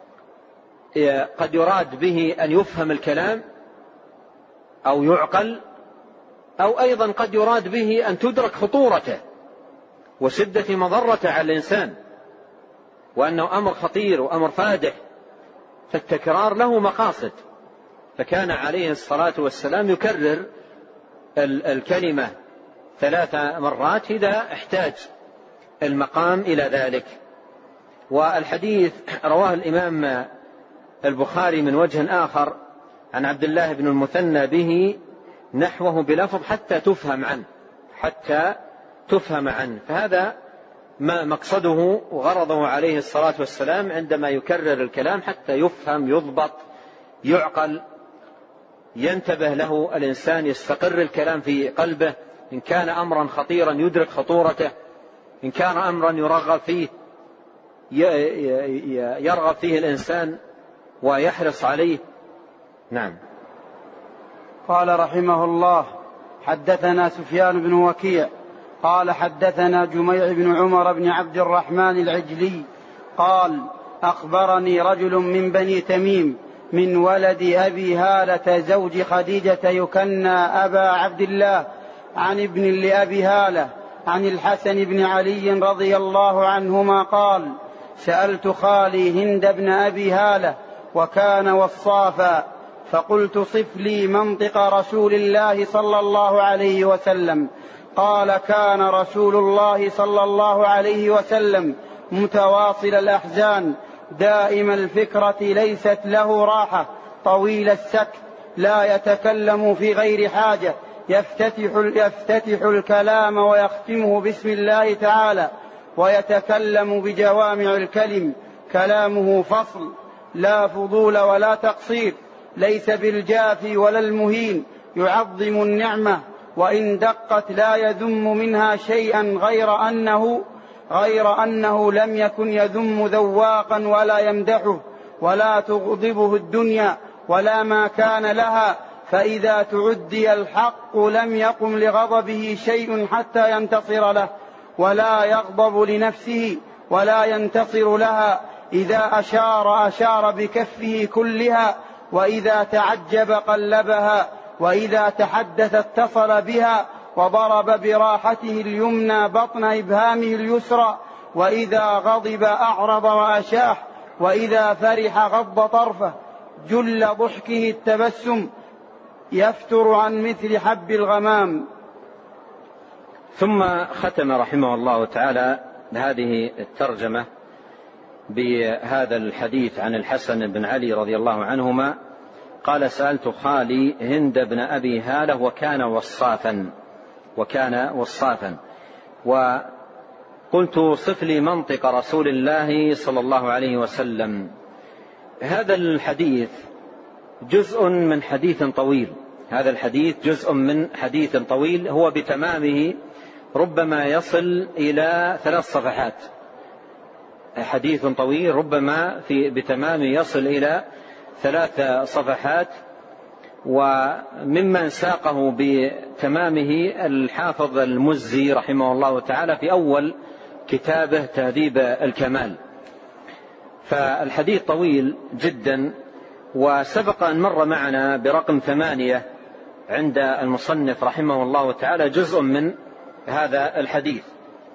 قد يراد به أن يفهم الكلام أو يعقل، أو أيضا قد يراد به أن تدرك خطورته وشدة مضرته على الإنسان، وأنه أمر خطير وأمر فادح، فالتكرار له مقاصد. فكان عليه الصلاة والسلام يكرر الكلمة ثلاث مرات إذا احتاج المقام إلى ذلك. والحديث رواه الإمام البخاري من وجه آخر عن عبد الله بن المثنى به نحوه بلفظ حتى تفهم عنه، حتى تفهم عنه. فهذا ما مقصده وغرضه عليه الصلاة والسلام عندما يكرر الكلام، حتى يفهم، يضبط، يعقل، ينتبه له الإنسان، يستقر الكلام في قلبه. إن كان أمرا خطيرا يدرك خطورته، إن كان أمرا يرغب فيه يرغب فيه الإنسان ويحرص عليه. نعم. قال رحمه الله: حدثنا سفيان بن وكيع قال حدثنا جميع بن عمر بن عبد الرحمن العجلي قال: أخبرني رجل من بني تميم من ولد أبي هالة زوج خديجة يكنى أبا عبد الله عن ابن لأبي هالة عن الحسن بن علي رضي الله عنهما قال: سألت خالي هند بن أبي هالة وكان وصافا، فقلت: صف لي منطق رسول الله صلى الله عليه وسلم. قال: كان رسول الله صلى الله عليه وسلم متواصل الأحزان دائم الفكرة ليست له راحة، طويل السكت، لا يتكلم في غير حاجة، يفتتح, يفتتح الكلام ويختمه بسم الله تعالى، ويتكلم بجوامع الكلم، كلامه فصل لا فضول ولا تقصير، ليس بالجافي ولا المهين، يعظم النعمة، وإن دقت لا يذم منها شيئا غير أنه غير أنه لم يكن يذم ذواقا ولا يمدحه، ولا تغضبه الدنيا ولا ما كان لها، فإذا تعدي الحق لم يقم لغضبه شيء حتى ينتصر له، ولا يغضب لنفسه ولا ينتصر لها. إذا أشار أشار بكفه كلها، وإذا تعجب قلبها، وإذا تحدث اتصل بها، وضرب براحته اليمنى بطن إبهامه اليسرى، وإذا غضب أعرض وأشاح، وإذا فرح غض طرفه، جل ضحكه التبسم، يفتر عن مثل حب الغمام. ثم ختم رحمه الله تعالى هذه الترجمة بهذا الحديث عن الحسن بن علي رضي الله عنهما قال: سألت خالي هند بن أبي هالة وكان وصافا وكان وصافا وقلت: صف لي منطق رسول الله صلى الله عليه وسلم. هذا الحديث جزء من حديث طويل هذا الحديث جزء من حديث طويل هو بتمامه ربما يصل إلى ثلاث صفحات. حديث طويل ربما في بتمامه يصل إلى ثلاث صفحات، وممن ساقه بتمامه الحافظ المزي رحمه الله تعالى في أول كتابه تهذيب الكمال. فالحديث طويل جدا، وسبق أن مر معنا برقم ثمانية عند المصنف رحمه الله تعالى جزء من هذا الحديث.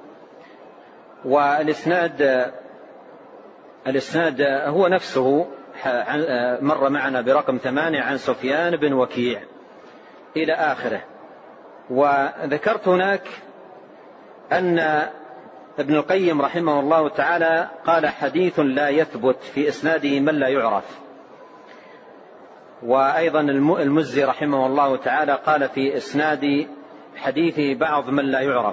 والإسناد الإسناد هو نفسه مر معنا برقم ثمانية عن سفيان بن وكيع إلى آخره. وذكرت هناك أن ابن القيم رحمه الله تعالى قال: حديث لا يثبت في إسناده من لا يعرف. وأيضا المزي رحمه الله تعالى قال في إسناد حديثه بعض من لا يعرف.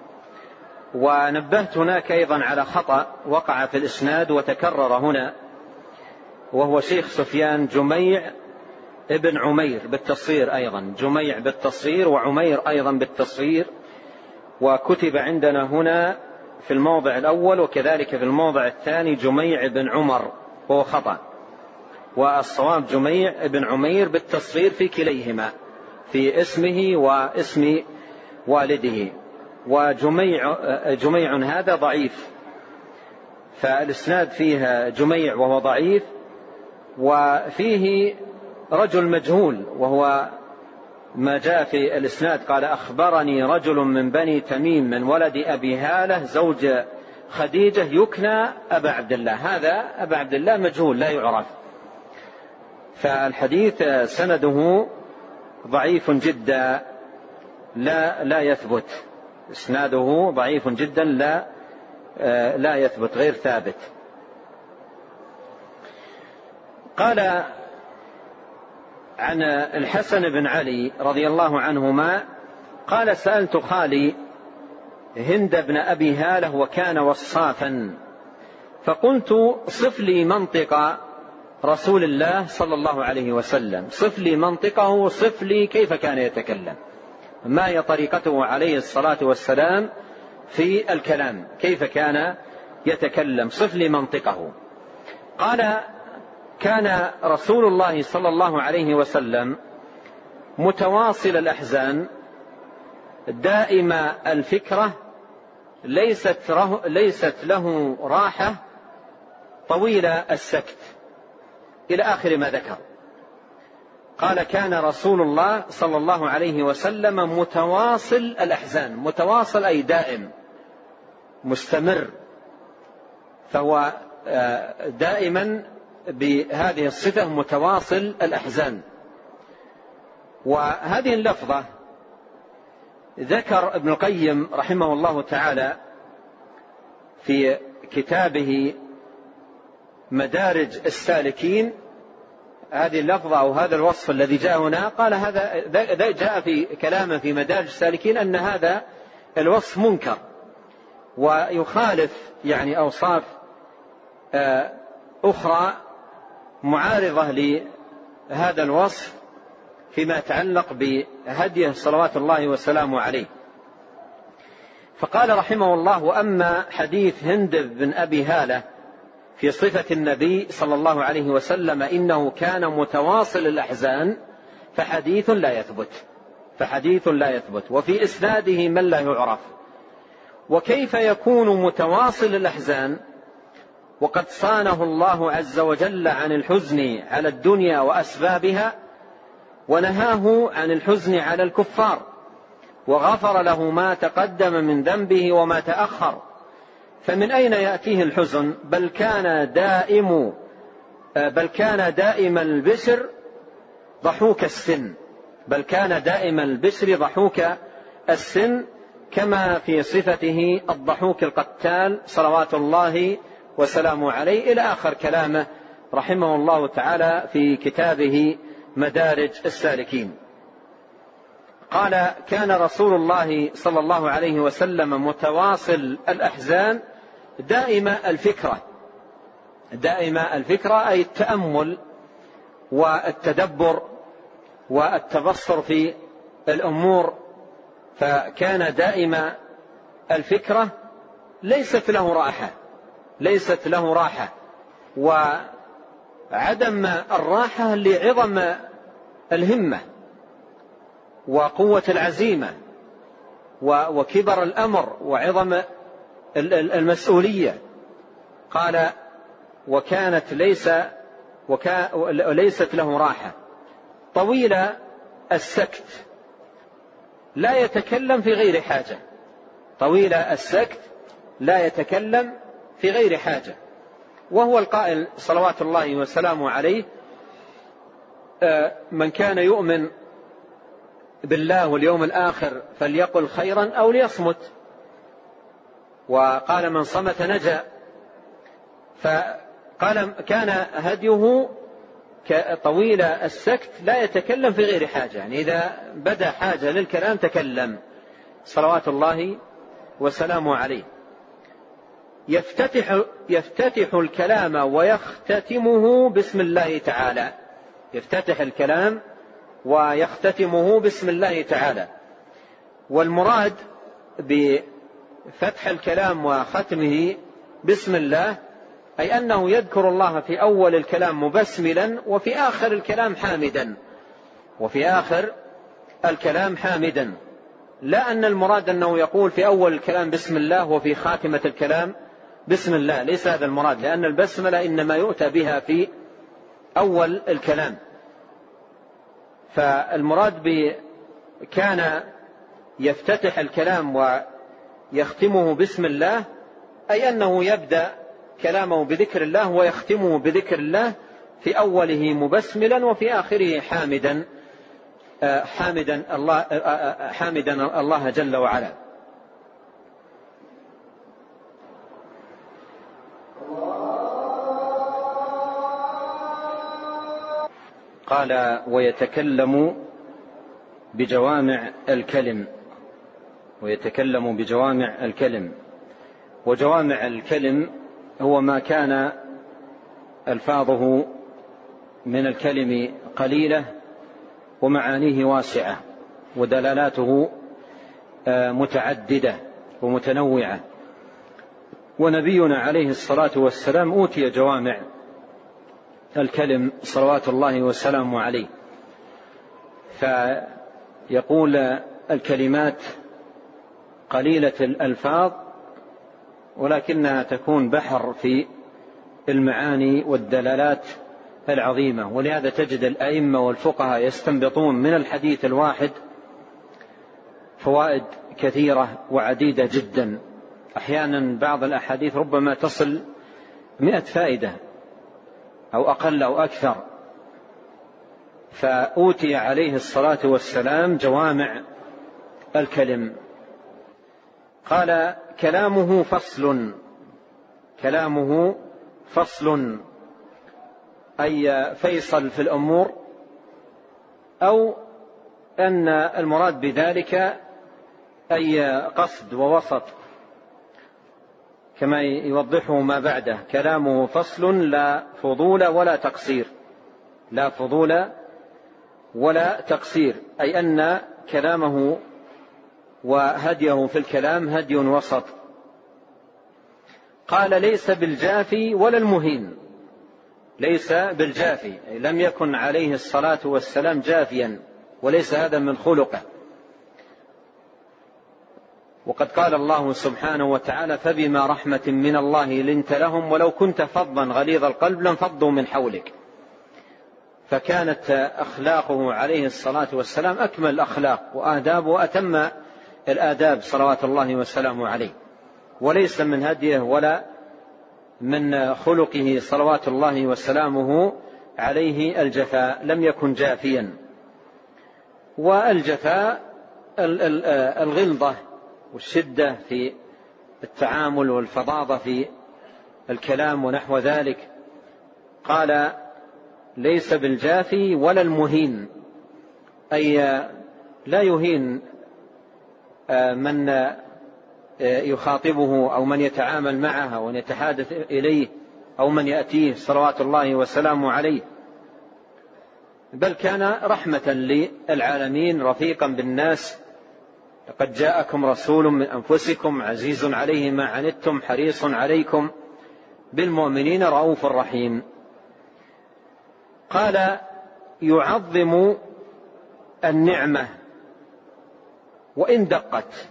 ونبهت هناك أيضا على خطأ وقع في الإسناد وتكرر هنا، وهو شيخ سفيان جميع ابن عمير بالتصغير، أيضا جميع بالتصغير وعمير أيضا بالتصغير، وكتب عندنا هنا في الموضع الأول وكذلك في الموضع الثاني جميع بن عمر، وهو خطأ، والصواب جميع بن عمير بالتصغير في كليهما، في اسمه واسم والده. وجميع جميع هذا ضعيف، فالإسناد فيها جميع وهو ضعيف، وفيه رجل مجهول وهو ما جاء في الإسناد قال: أخبرني رجل من بني تميم من ولد أبي هالة زوج خديجة يكنى أبا عبد الله. هذا أبا عبد الله مجهول لا يعرف، فالحديث سنده ضعيف جدا لا لا يثبت، إسناده ضعيف جدا لا لا يثبت، غير ثابت. قال عن الحسن بن علي رضي الله عنهما قال: سألت خالي هند بن أبي هالة وكان وصافا، فقلت: صف لي منطق رسول الله صلى الله عليه وسلم، صف لي منطقه، صف لي كيف كان يتكلم، ما هي طريقته عليه الصلاة والسلام في الكلام، كيف كان يتكلم، صف لي منطقه. قال: كان رسول الله صلى الله عليه وسلم متواصل الأحزان دائم الفكرة، ليست له, ليست له راحة، طويل السكت، إلى آخر ما ذكر. قال: كان رسول الله صلى الله عليه وسلم متواصل الأحزان، متواصل أي دائم مستمر، فهو دائما بهذه الصفة متواصل الأحزان. وهذه اللفظة ذكر ابن القيم رحمه الله تعالى في كتابه مدارج السالكين هذه اللفظة أو هذا الوصف الذي جاء هنا، قال هذا جاء في كلامه في مدارج السالكين أن هذا الوصف منكر ويخالف يعني أوصاف أخرى معارضة لهذا الوصف، فيما يتعلق بهديه صلوات الله وسلامه عليه. فقال رحمه الله: وأما حديث هند بن أبي هالة في صفة النبي صلى الله عليه وسلم إنه كان متواصل الأحزان فحديث لا يثبت فحديث لا يثبت وفي إسناده من لا يعرف. وكيف يكون متواصل الأحزان وقد صانه الله عز وجل عن الحزن على الدنيا وأسبابها، ونهاه عن الحزن على الكفار، وغفر له ما تقدم من ذنبه وما تأخر، فمن أين يأتيه الحزن؟ بل كان دائم بل كان دائم البشر ضحوك السن بل كان دائم البشر ضحوك السن كما في صفته الضحوك القتال صلوات الله وسلامه عليه، إلى آخر كلامه رحمه الله تعالى في كتابه مدارج السالكين. قال: كان رسول الله صلى الله عليه وسلم متواصل الأحزان دائم الفكرة دائم الفكرة أي التأمل والتدبر والتبصر في الأمور، فكان دائم الفكرة ليست له راحة ليست له راحة وعدم الراحة لعظم الهمة وقوة العزيمة وكبر الأمر وعظم المسؤولية. قال: وكانت ليس وكا وليست له راحة، طويل السكت لا يتكلم في غير حاجة طويل السكت لا يتكلم في غير حاجة وهو القائل صلوات الله وسلامه عليه: من كان يؤمن بالله واليوم الآخر فليقل خيرا أو ليصمت. وقال: من صمت نجا. فقال: كان هديه طويل السكت لا يتكلم في غير حاجة، يعني إذا بدا حاجة للكلام تكلم صلوات الله وسلامه عليه. يفتتح, يفتتح الكلام ويختتمه باسم الله تعالى يفتتح الكلام ويختتمه باسم الله تعالى. والمراد بفتح الكلام وختمه باسم الله أي أنه يذكر الله في أول الكلام مبسملا وفي آخر الكلام حامدا وفي آخر الكلام حامدا لا أن المراد أنه يقول في أول الكلام بسم الله وفي خاتمة الكلام بسم الله، ليس هذا المراد، لأن البسملة إنما يؤتى بها في أول الكلام. فالمراد كان يفتتح الكلام ويختمه بسم الله أي أنه يبدأ كلامه بذكر الله ويختمه بذكر الله، في أوله مبسملا وفي آخره حامدا حامدا الله حامدا الله جل وعلا. قال: ويتكلم بجوامع الكلم ويتكلم بجوامع الكلم وجوامع الكلم هو ما كان ألفاظه من الكلم قليلة ومعانيه واسعة ودلالاته متعددة ومتنوعة. ونبينا عليه الصلاة والسلام أوتي جوامع الكلم صلوات الله وسلامه عليه، فيقول الكلمات قليلة الألفاظ ولكنها تكون بحر في المعاني والدلالات العظيمة. ولهذا تجد الأئمة والفقهاء يستنبطون من الحديث الواحد فوائد كثيرة وعديدة جدا، أحيانا بعض الأحاديث ربما تصل مئة فائدة أو أقل أو أكثر. فأوتي عليه الصلاة والسلام جوامع الكلم. قال: كلامه فصل كلامه فصل أي فيصل في الأمور، أو أن المراد بذلك أي قصد ووسط كما يوضحه ما بعده: كلامه فصل لا فضول ولا تقصير لا فضول ولا تقصير، أي أن كلامه وهديه في الكلام هدي وسط. قال ليس بالجافي ولا المهين، ليس بالجافي أي لم يكن عليه الصلاة والسلام جافيا، وليس هذا من خلقه. وقد قال الله سبحانه وتعالى فبما رحمة من الله لنت لهم ولو كنت فظا غليظ القلب لانفضوا من حولك. فكانت أخلاقه عليه الصلاة والسلام أكمل الأخلاق وآداب وأتم الآداب صلوات الله وسلامه عليه، وليس من هديه ولا من خلقه صلوات الله وسلامه عليه الجفاء، لم يكن جافيا. والجفاء الغلظة والشدة في التعامل والفظاظة في الكلام ونحو ذلك. قال ليس بالجافي ولا المهين، أي لا يهين من يخاطبه أو من يتعامل معه أو من يتحادث إليه أو من يأتيه صلوات الله وسلامه عليه، بل كان رحمة للعالمين رفيقا بالناس. لقد جاءكم رسول من أنفسكم عزيز عليه ما عنتم حريص عليكم بالمؤمنين رؤوف رحيم. قال يعظم النعمة وإن دقت،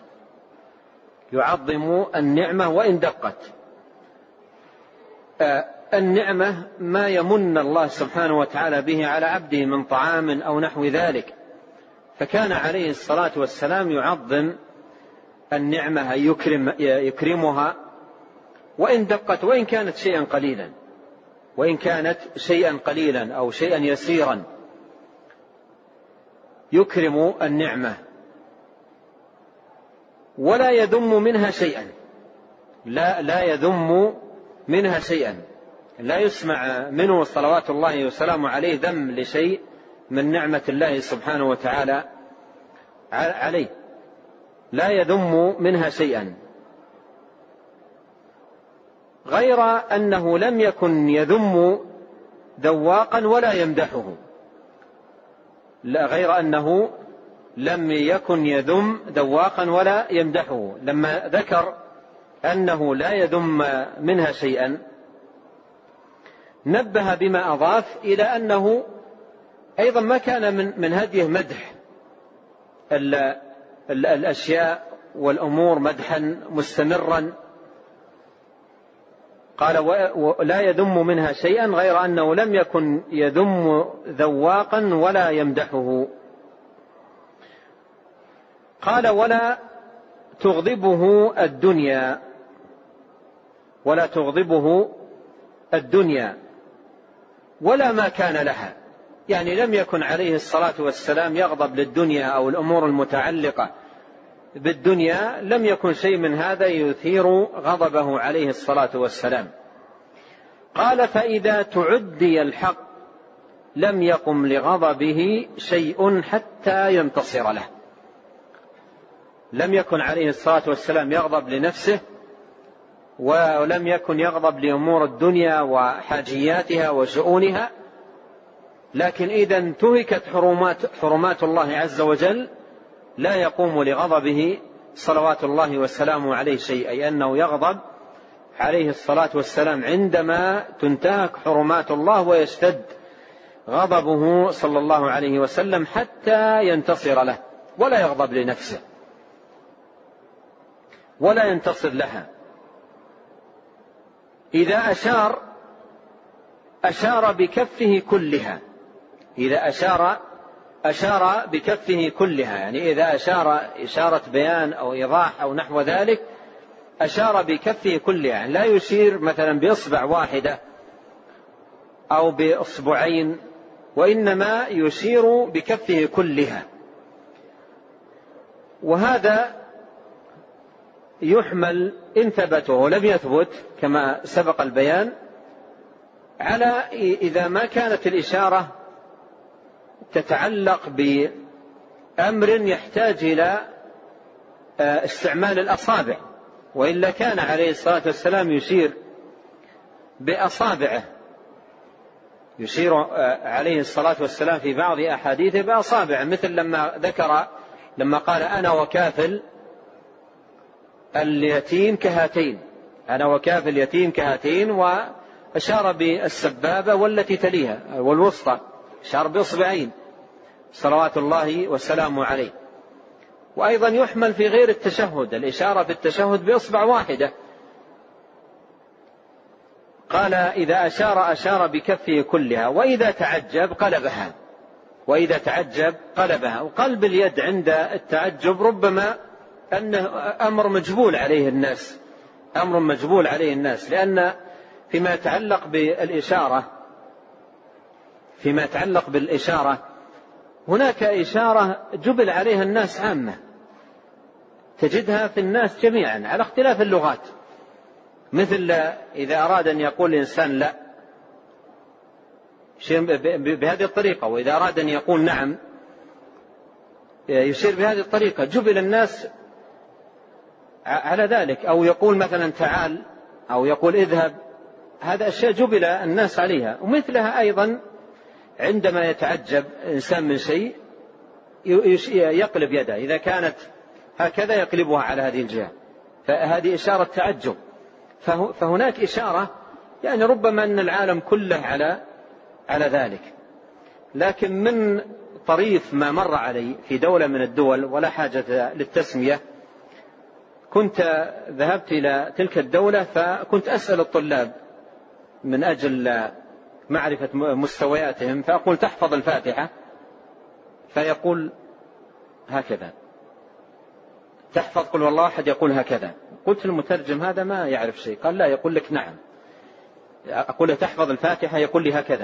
يعظم النعمة وإن دقت. آه النعمة ما يمن الله سبحانه وتعالى به على عبده من طعام أو نحو ذلك، فكان عليه الصلاة والسلام يعظم النعمة، يكرم يكرمها وإن دقت، وإن كانت شيئا قليلا، وإن كانت شيئا قليلا أو شيئا يسيرا يكرم النعمة ولا يذم منها شيئا، لا لا يذم منها شيئا، لا يسمع منه صلوات الله وسلامه عليه ذم لشيء من نعمة الله سبحانه وتعالى عليه، لا يذم منها شيئا، غير أنه لم يكن يذم ذواقا ولا يمدحه، لا غير أنه لم يكن يذم ذواقا ولا يمدحه. لما ذكر أنه لا يذم منها شيئا نبه بما أضاف إلى أنه أيضا ما كان من من هديه مدح الأشياء والأمور مدحا مستمرا. قال ولا يذم منها شيئا، غير أنه لم يكن يذم ذواقا ولا يمدحه. قال ولا تغضبه الدنيا، ولا تغضبه الدنيا ولا ما كان لها، يعني لم يكن عليه الصلاة والسلام يغضب للدنيا أو الأمور المتعلقة بالدنيا، لم يكن شيء من هذا يثير غضبه عليه الصلاة والسلام. قال فإذا تعدي الحق لم يقم لغضبه شيء حتى ينتصر له. لم يكن عليه الصلاة والسلام يغضب لنفسه، ولم يكن يغضب لأمور الدنيا وحاجياتها وشؤونها، لكن إذا انتهكت حرمات, حرمات الله عز وجل لا يقوم لغضبه صلوات الله وسلامه عليه شيء، أي أنه يغضب عليه الصلاة والسلام عندما تنتهك حرمات الله ويشتد غضبه صلى الله عليه وسلم حتى ينتصر له، ولا يغضب لنفسه ولا ينتصر لها. إذا أشار أشار بكفه كلها، إذا أشار أشار بكفه كلها، يعني إذا أشار إشارة بيان أو إيضاح أو نحو ذلك أشار بكفه كلها، يعني لا يشير مثلا بإصبع واحدة أو بإصبعين، وإنما يشير بكفه كلها. وهذا يحمل إن ثبته ولم يثبت كما سبق البيان على إذا ما كانت الإشارة تتعلق بأمر يحتاج إلى استعمال الأصابع، وإلا كان عليه الصلاة والسلام يشير بأصابعه يشير عليه الصلاة والسلام في بعض أحاديثه بأصابع، مثل لما ذكر لما قال أنا وكافل اليتيم كهاتين، أنا وكافل اليتيم كهاتين، وأشار بالسبابة والتي تليها والوسطى، أشار بإصبعين صلوات الله وسلامه عليه. وأيضا يحمل في غير التشهد، الإشارة في التشهد بإصبع واحدة، قال إذا أشار أشار بكفه كلها، وإذا تعجب قلبها، وإذا تعجب قلبها. وقلب اليد عند التعجب ربما أنه أمر مجبول عليه الناس، أمر مجبول عليه الناس، لأن فيما يتعلق بالإشارة فيما يتعلق بالإشارة هناك إشارة جبل عليها الناس عامة، تجدها في الناس جميعا على اختلاف اللغات، مثل إذا أراد أن يقول الإنسان لا بهذه الطريقة، وإذا أراد أن يقول نعم يشير بهذه الطريقة، جبل الناس على ذلك. أو يقول مثلا تعال أو يقول اذهب، هذا أشياء جبل الناس عليها. ومثلها أيضا عندما يتعجب إنسان من شيء يقلب يده، إذا كانت هكذا يقلبها على هذه الجهة، فهذه إشارة تعجب. فهناك إشارة يعني ربما أن العالم كله على على ذلك. لكن من طريف ما مر علي في دولة من الدول، ولا حاجة للتسمية، كنت ذهبت إلى تلك الدولة فكنت أسأل الطلاب من أجل معرفة مستوياتهم، فأقول تحفظ الفاتحة، فيقول هكذا، تحفظ قل والله أحد، يقول هكذا. قلت للمترجم هذا ما يعرف شيء، قال لا، يقول لك نعم. أقول له تحفظ الفاتحة، يقول لي هكذا.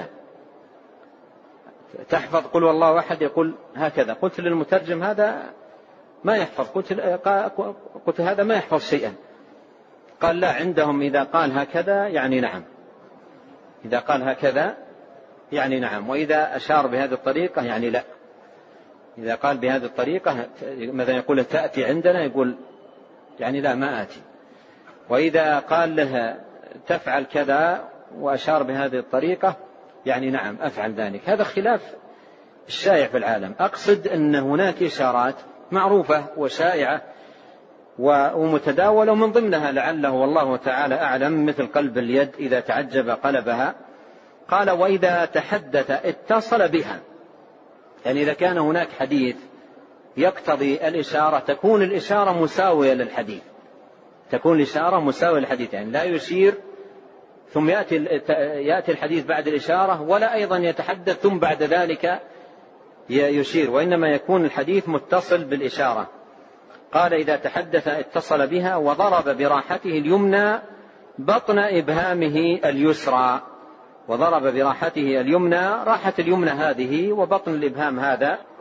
تحفظ قل والله أحد، يقول هكذا. قلت للمترجم هذا ما يحفظ، قلت, قلت هذا ما يحفظ شيئا. قال لا، عندهم إذا قال هكذا يعني نعم، إذا قال هكذا يعني نعم، وإذا أشار بهذه الطريقة يعني لا. إذا قال بهذه الطريقة مثلا يقول تأتي عندنا، يقول يعني لا ما آتي. وإذا قال لها تفعل كذا وأشار بهذه الطريقة يعني نعم أفعل ذلك. هذا خلاف الشائع في العالم. أقصد أن هناك إشارات معروفة وشائعة ومتداولة، ومن ضمنها لعله والله تعالى أعلم مثل قلب اليد إذا تعجب قلبها. قال وإذا تحدث اتصل بها، يعني إذا كان هناك حديث يقتضي الإشارة تكون الإشارة مساوية للحديث، تكون الإشارة مساوية للحديث، يعني لا يشير ثم يأتي, يأتي الحديث بعد الإشارة، ولا أيضا يتحدث ثم بعد ذلك يشير، وإنما يكون الحديث متصل بالإشارة. قال إذا تحدث اتصل بها، وضرب براحته اليمنى بطن إبهامه اليسرى، وضرب براحته اليمنى، راحة اليمنى هذه وبطن الإبهام هذا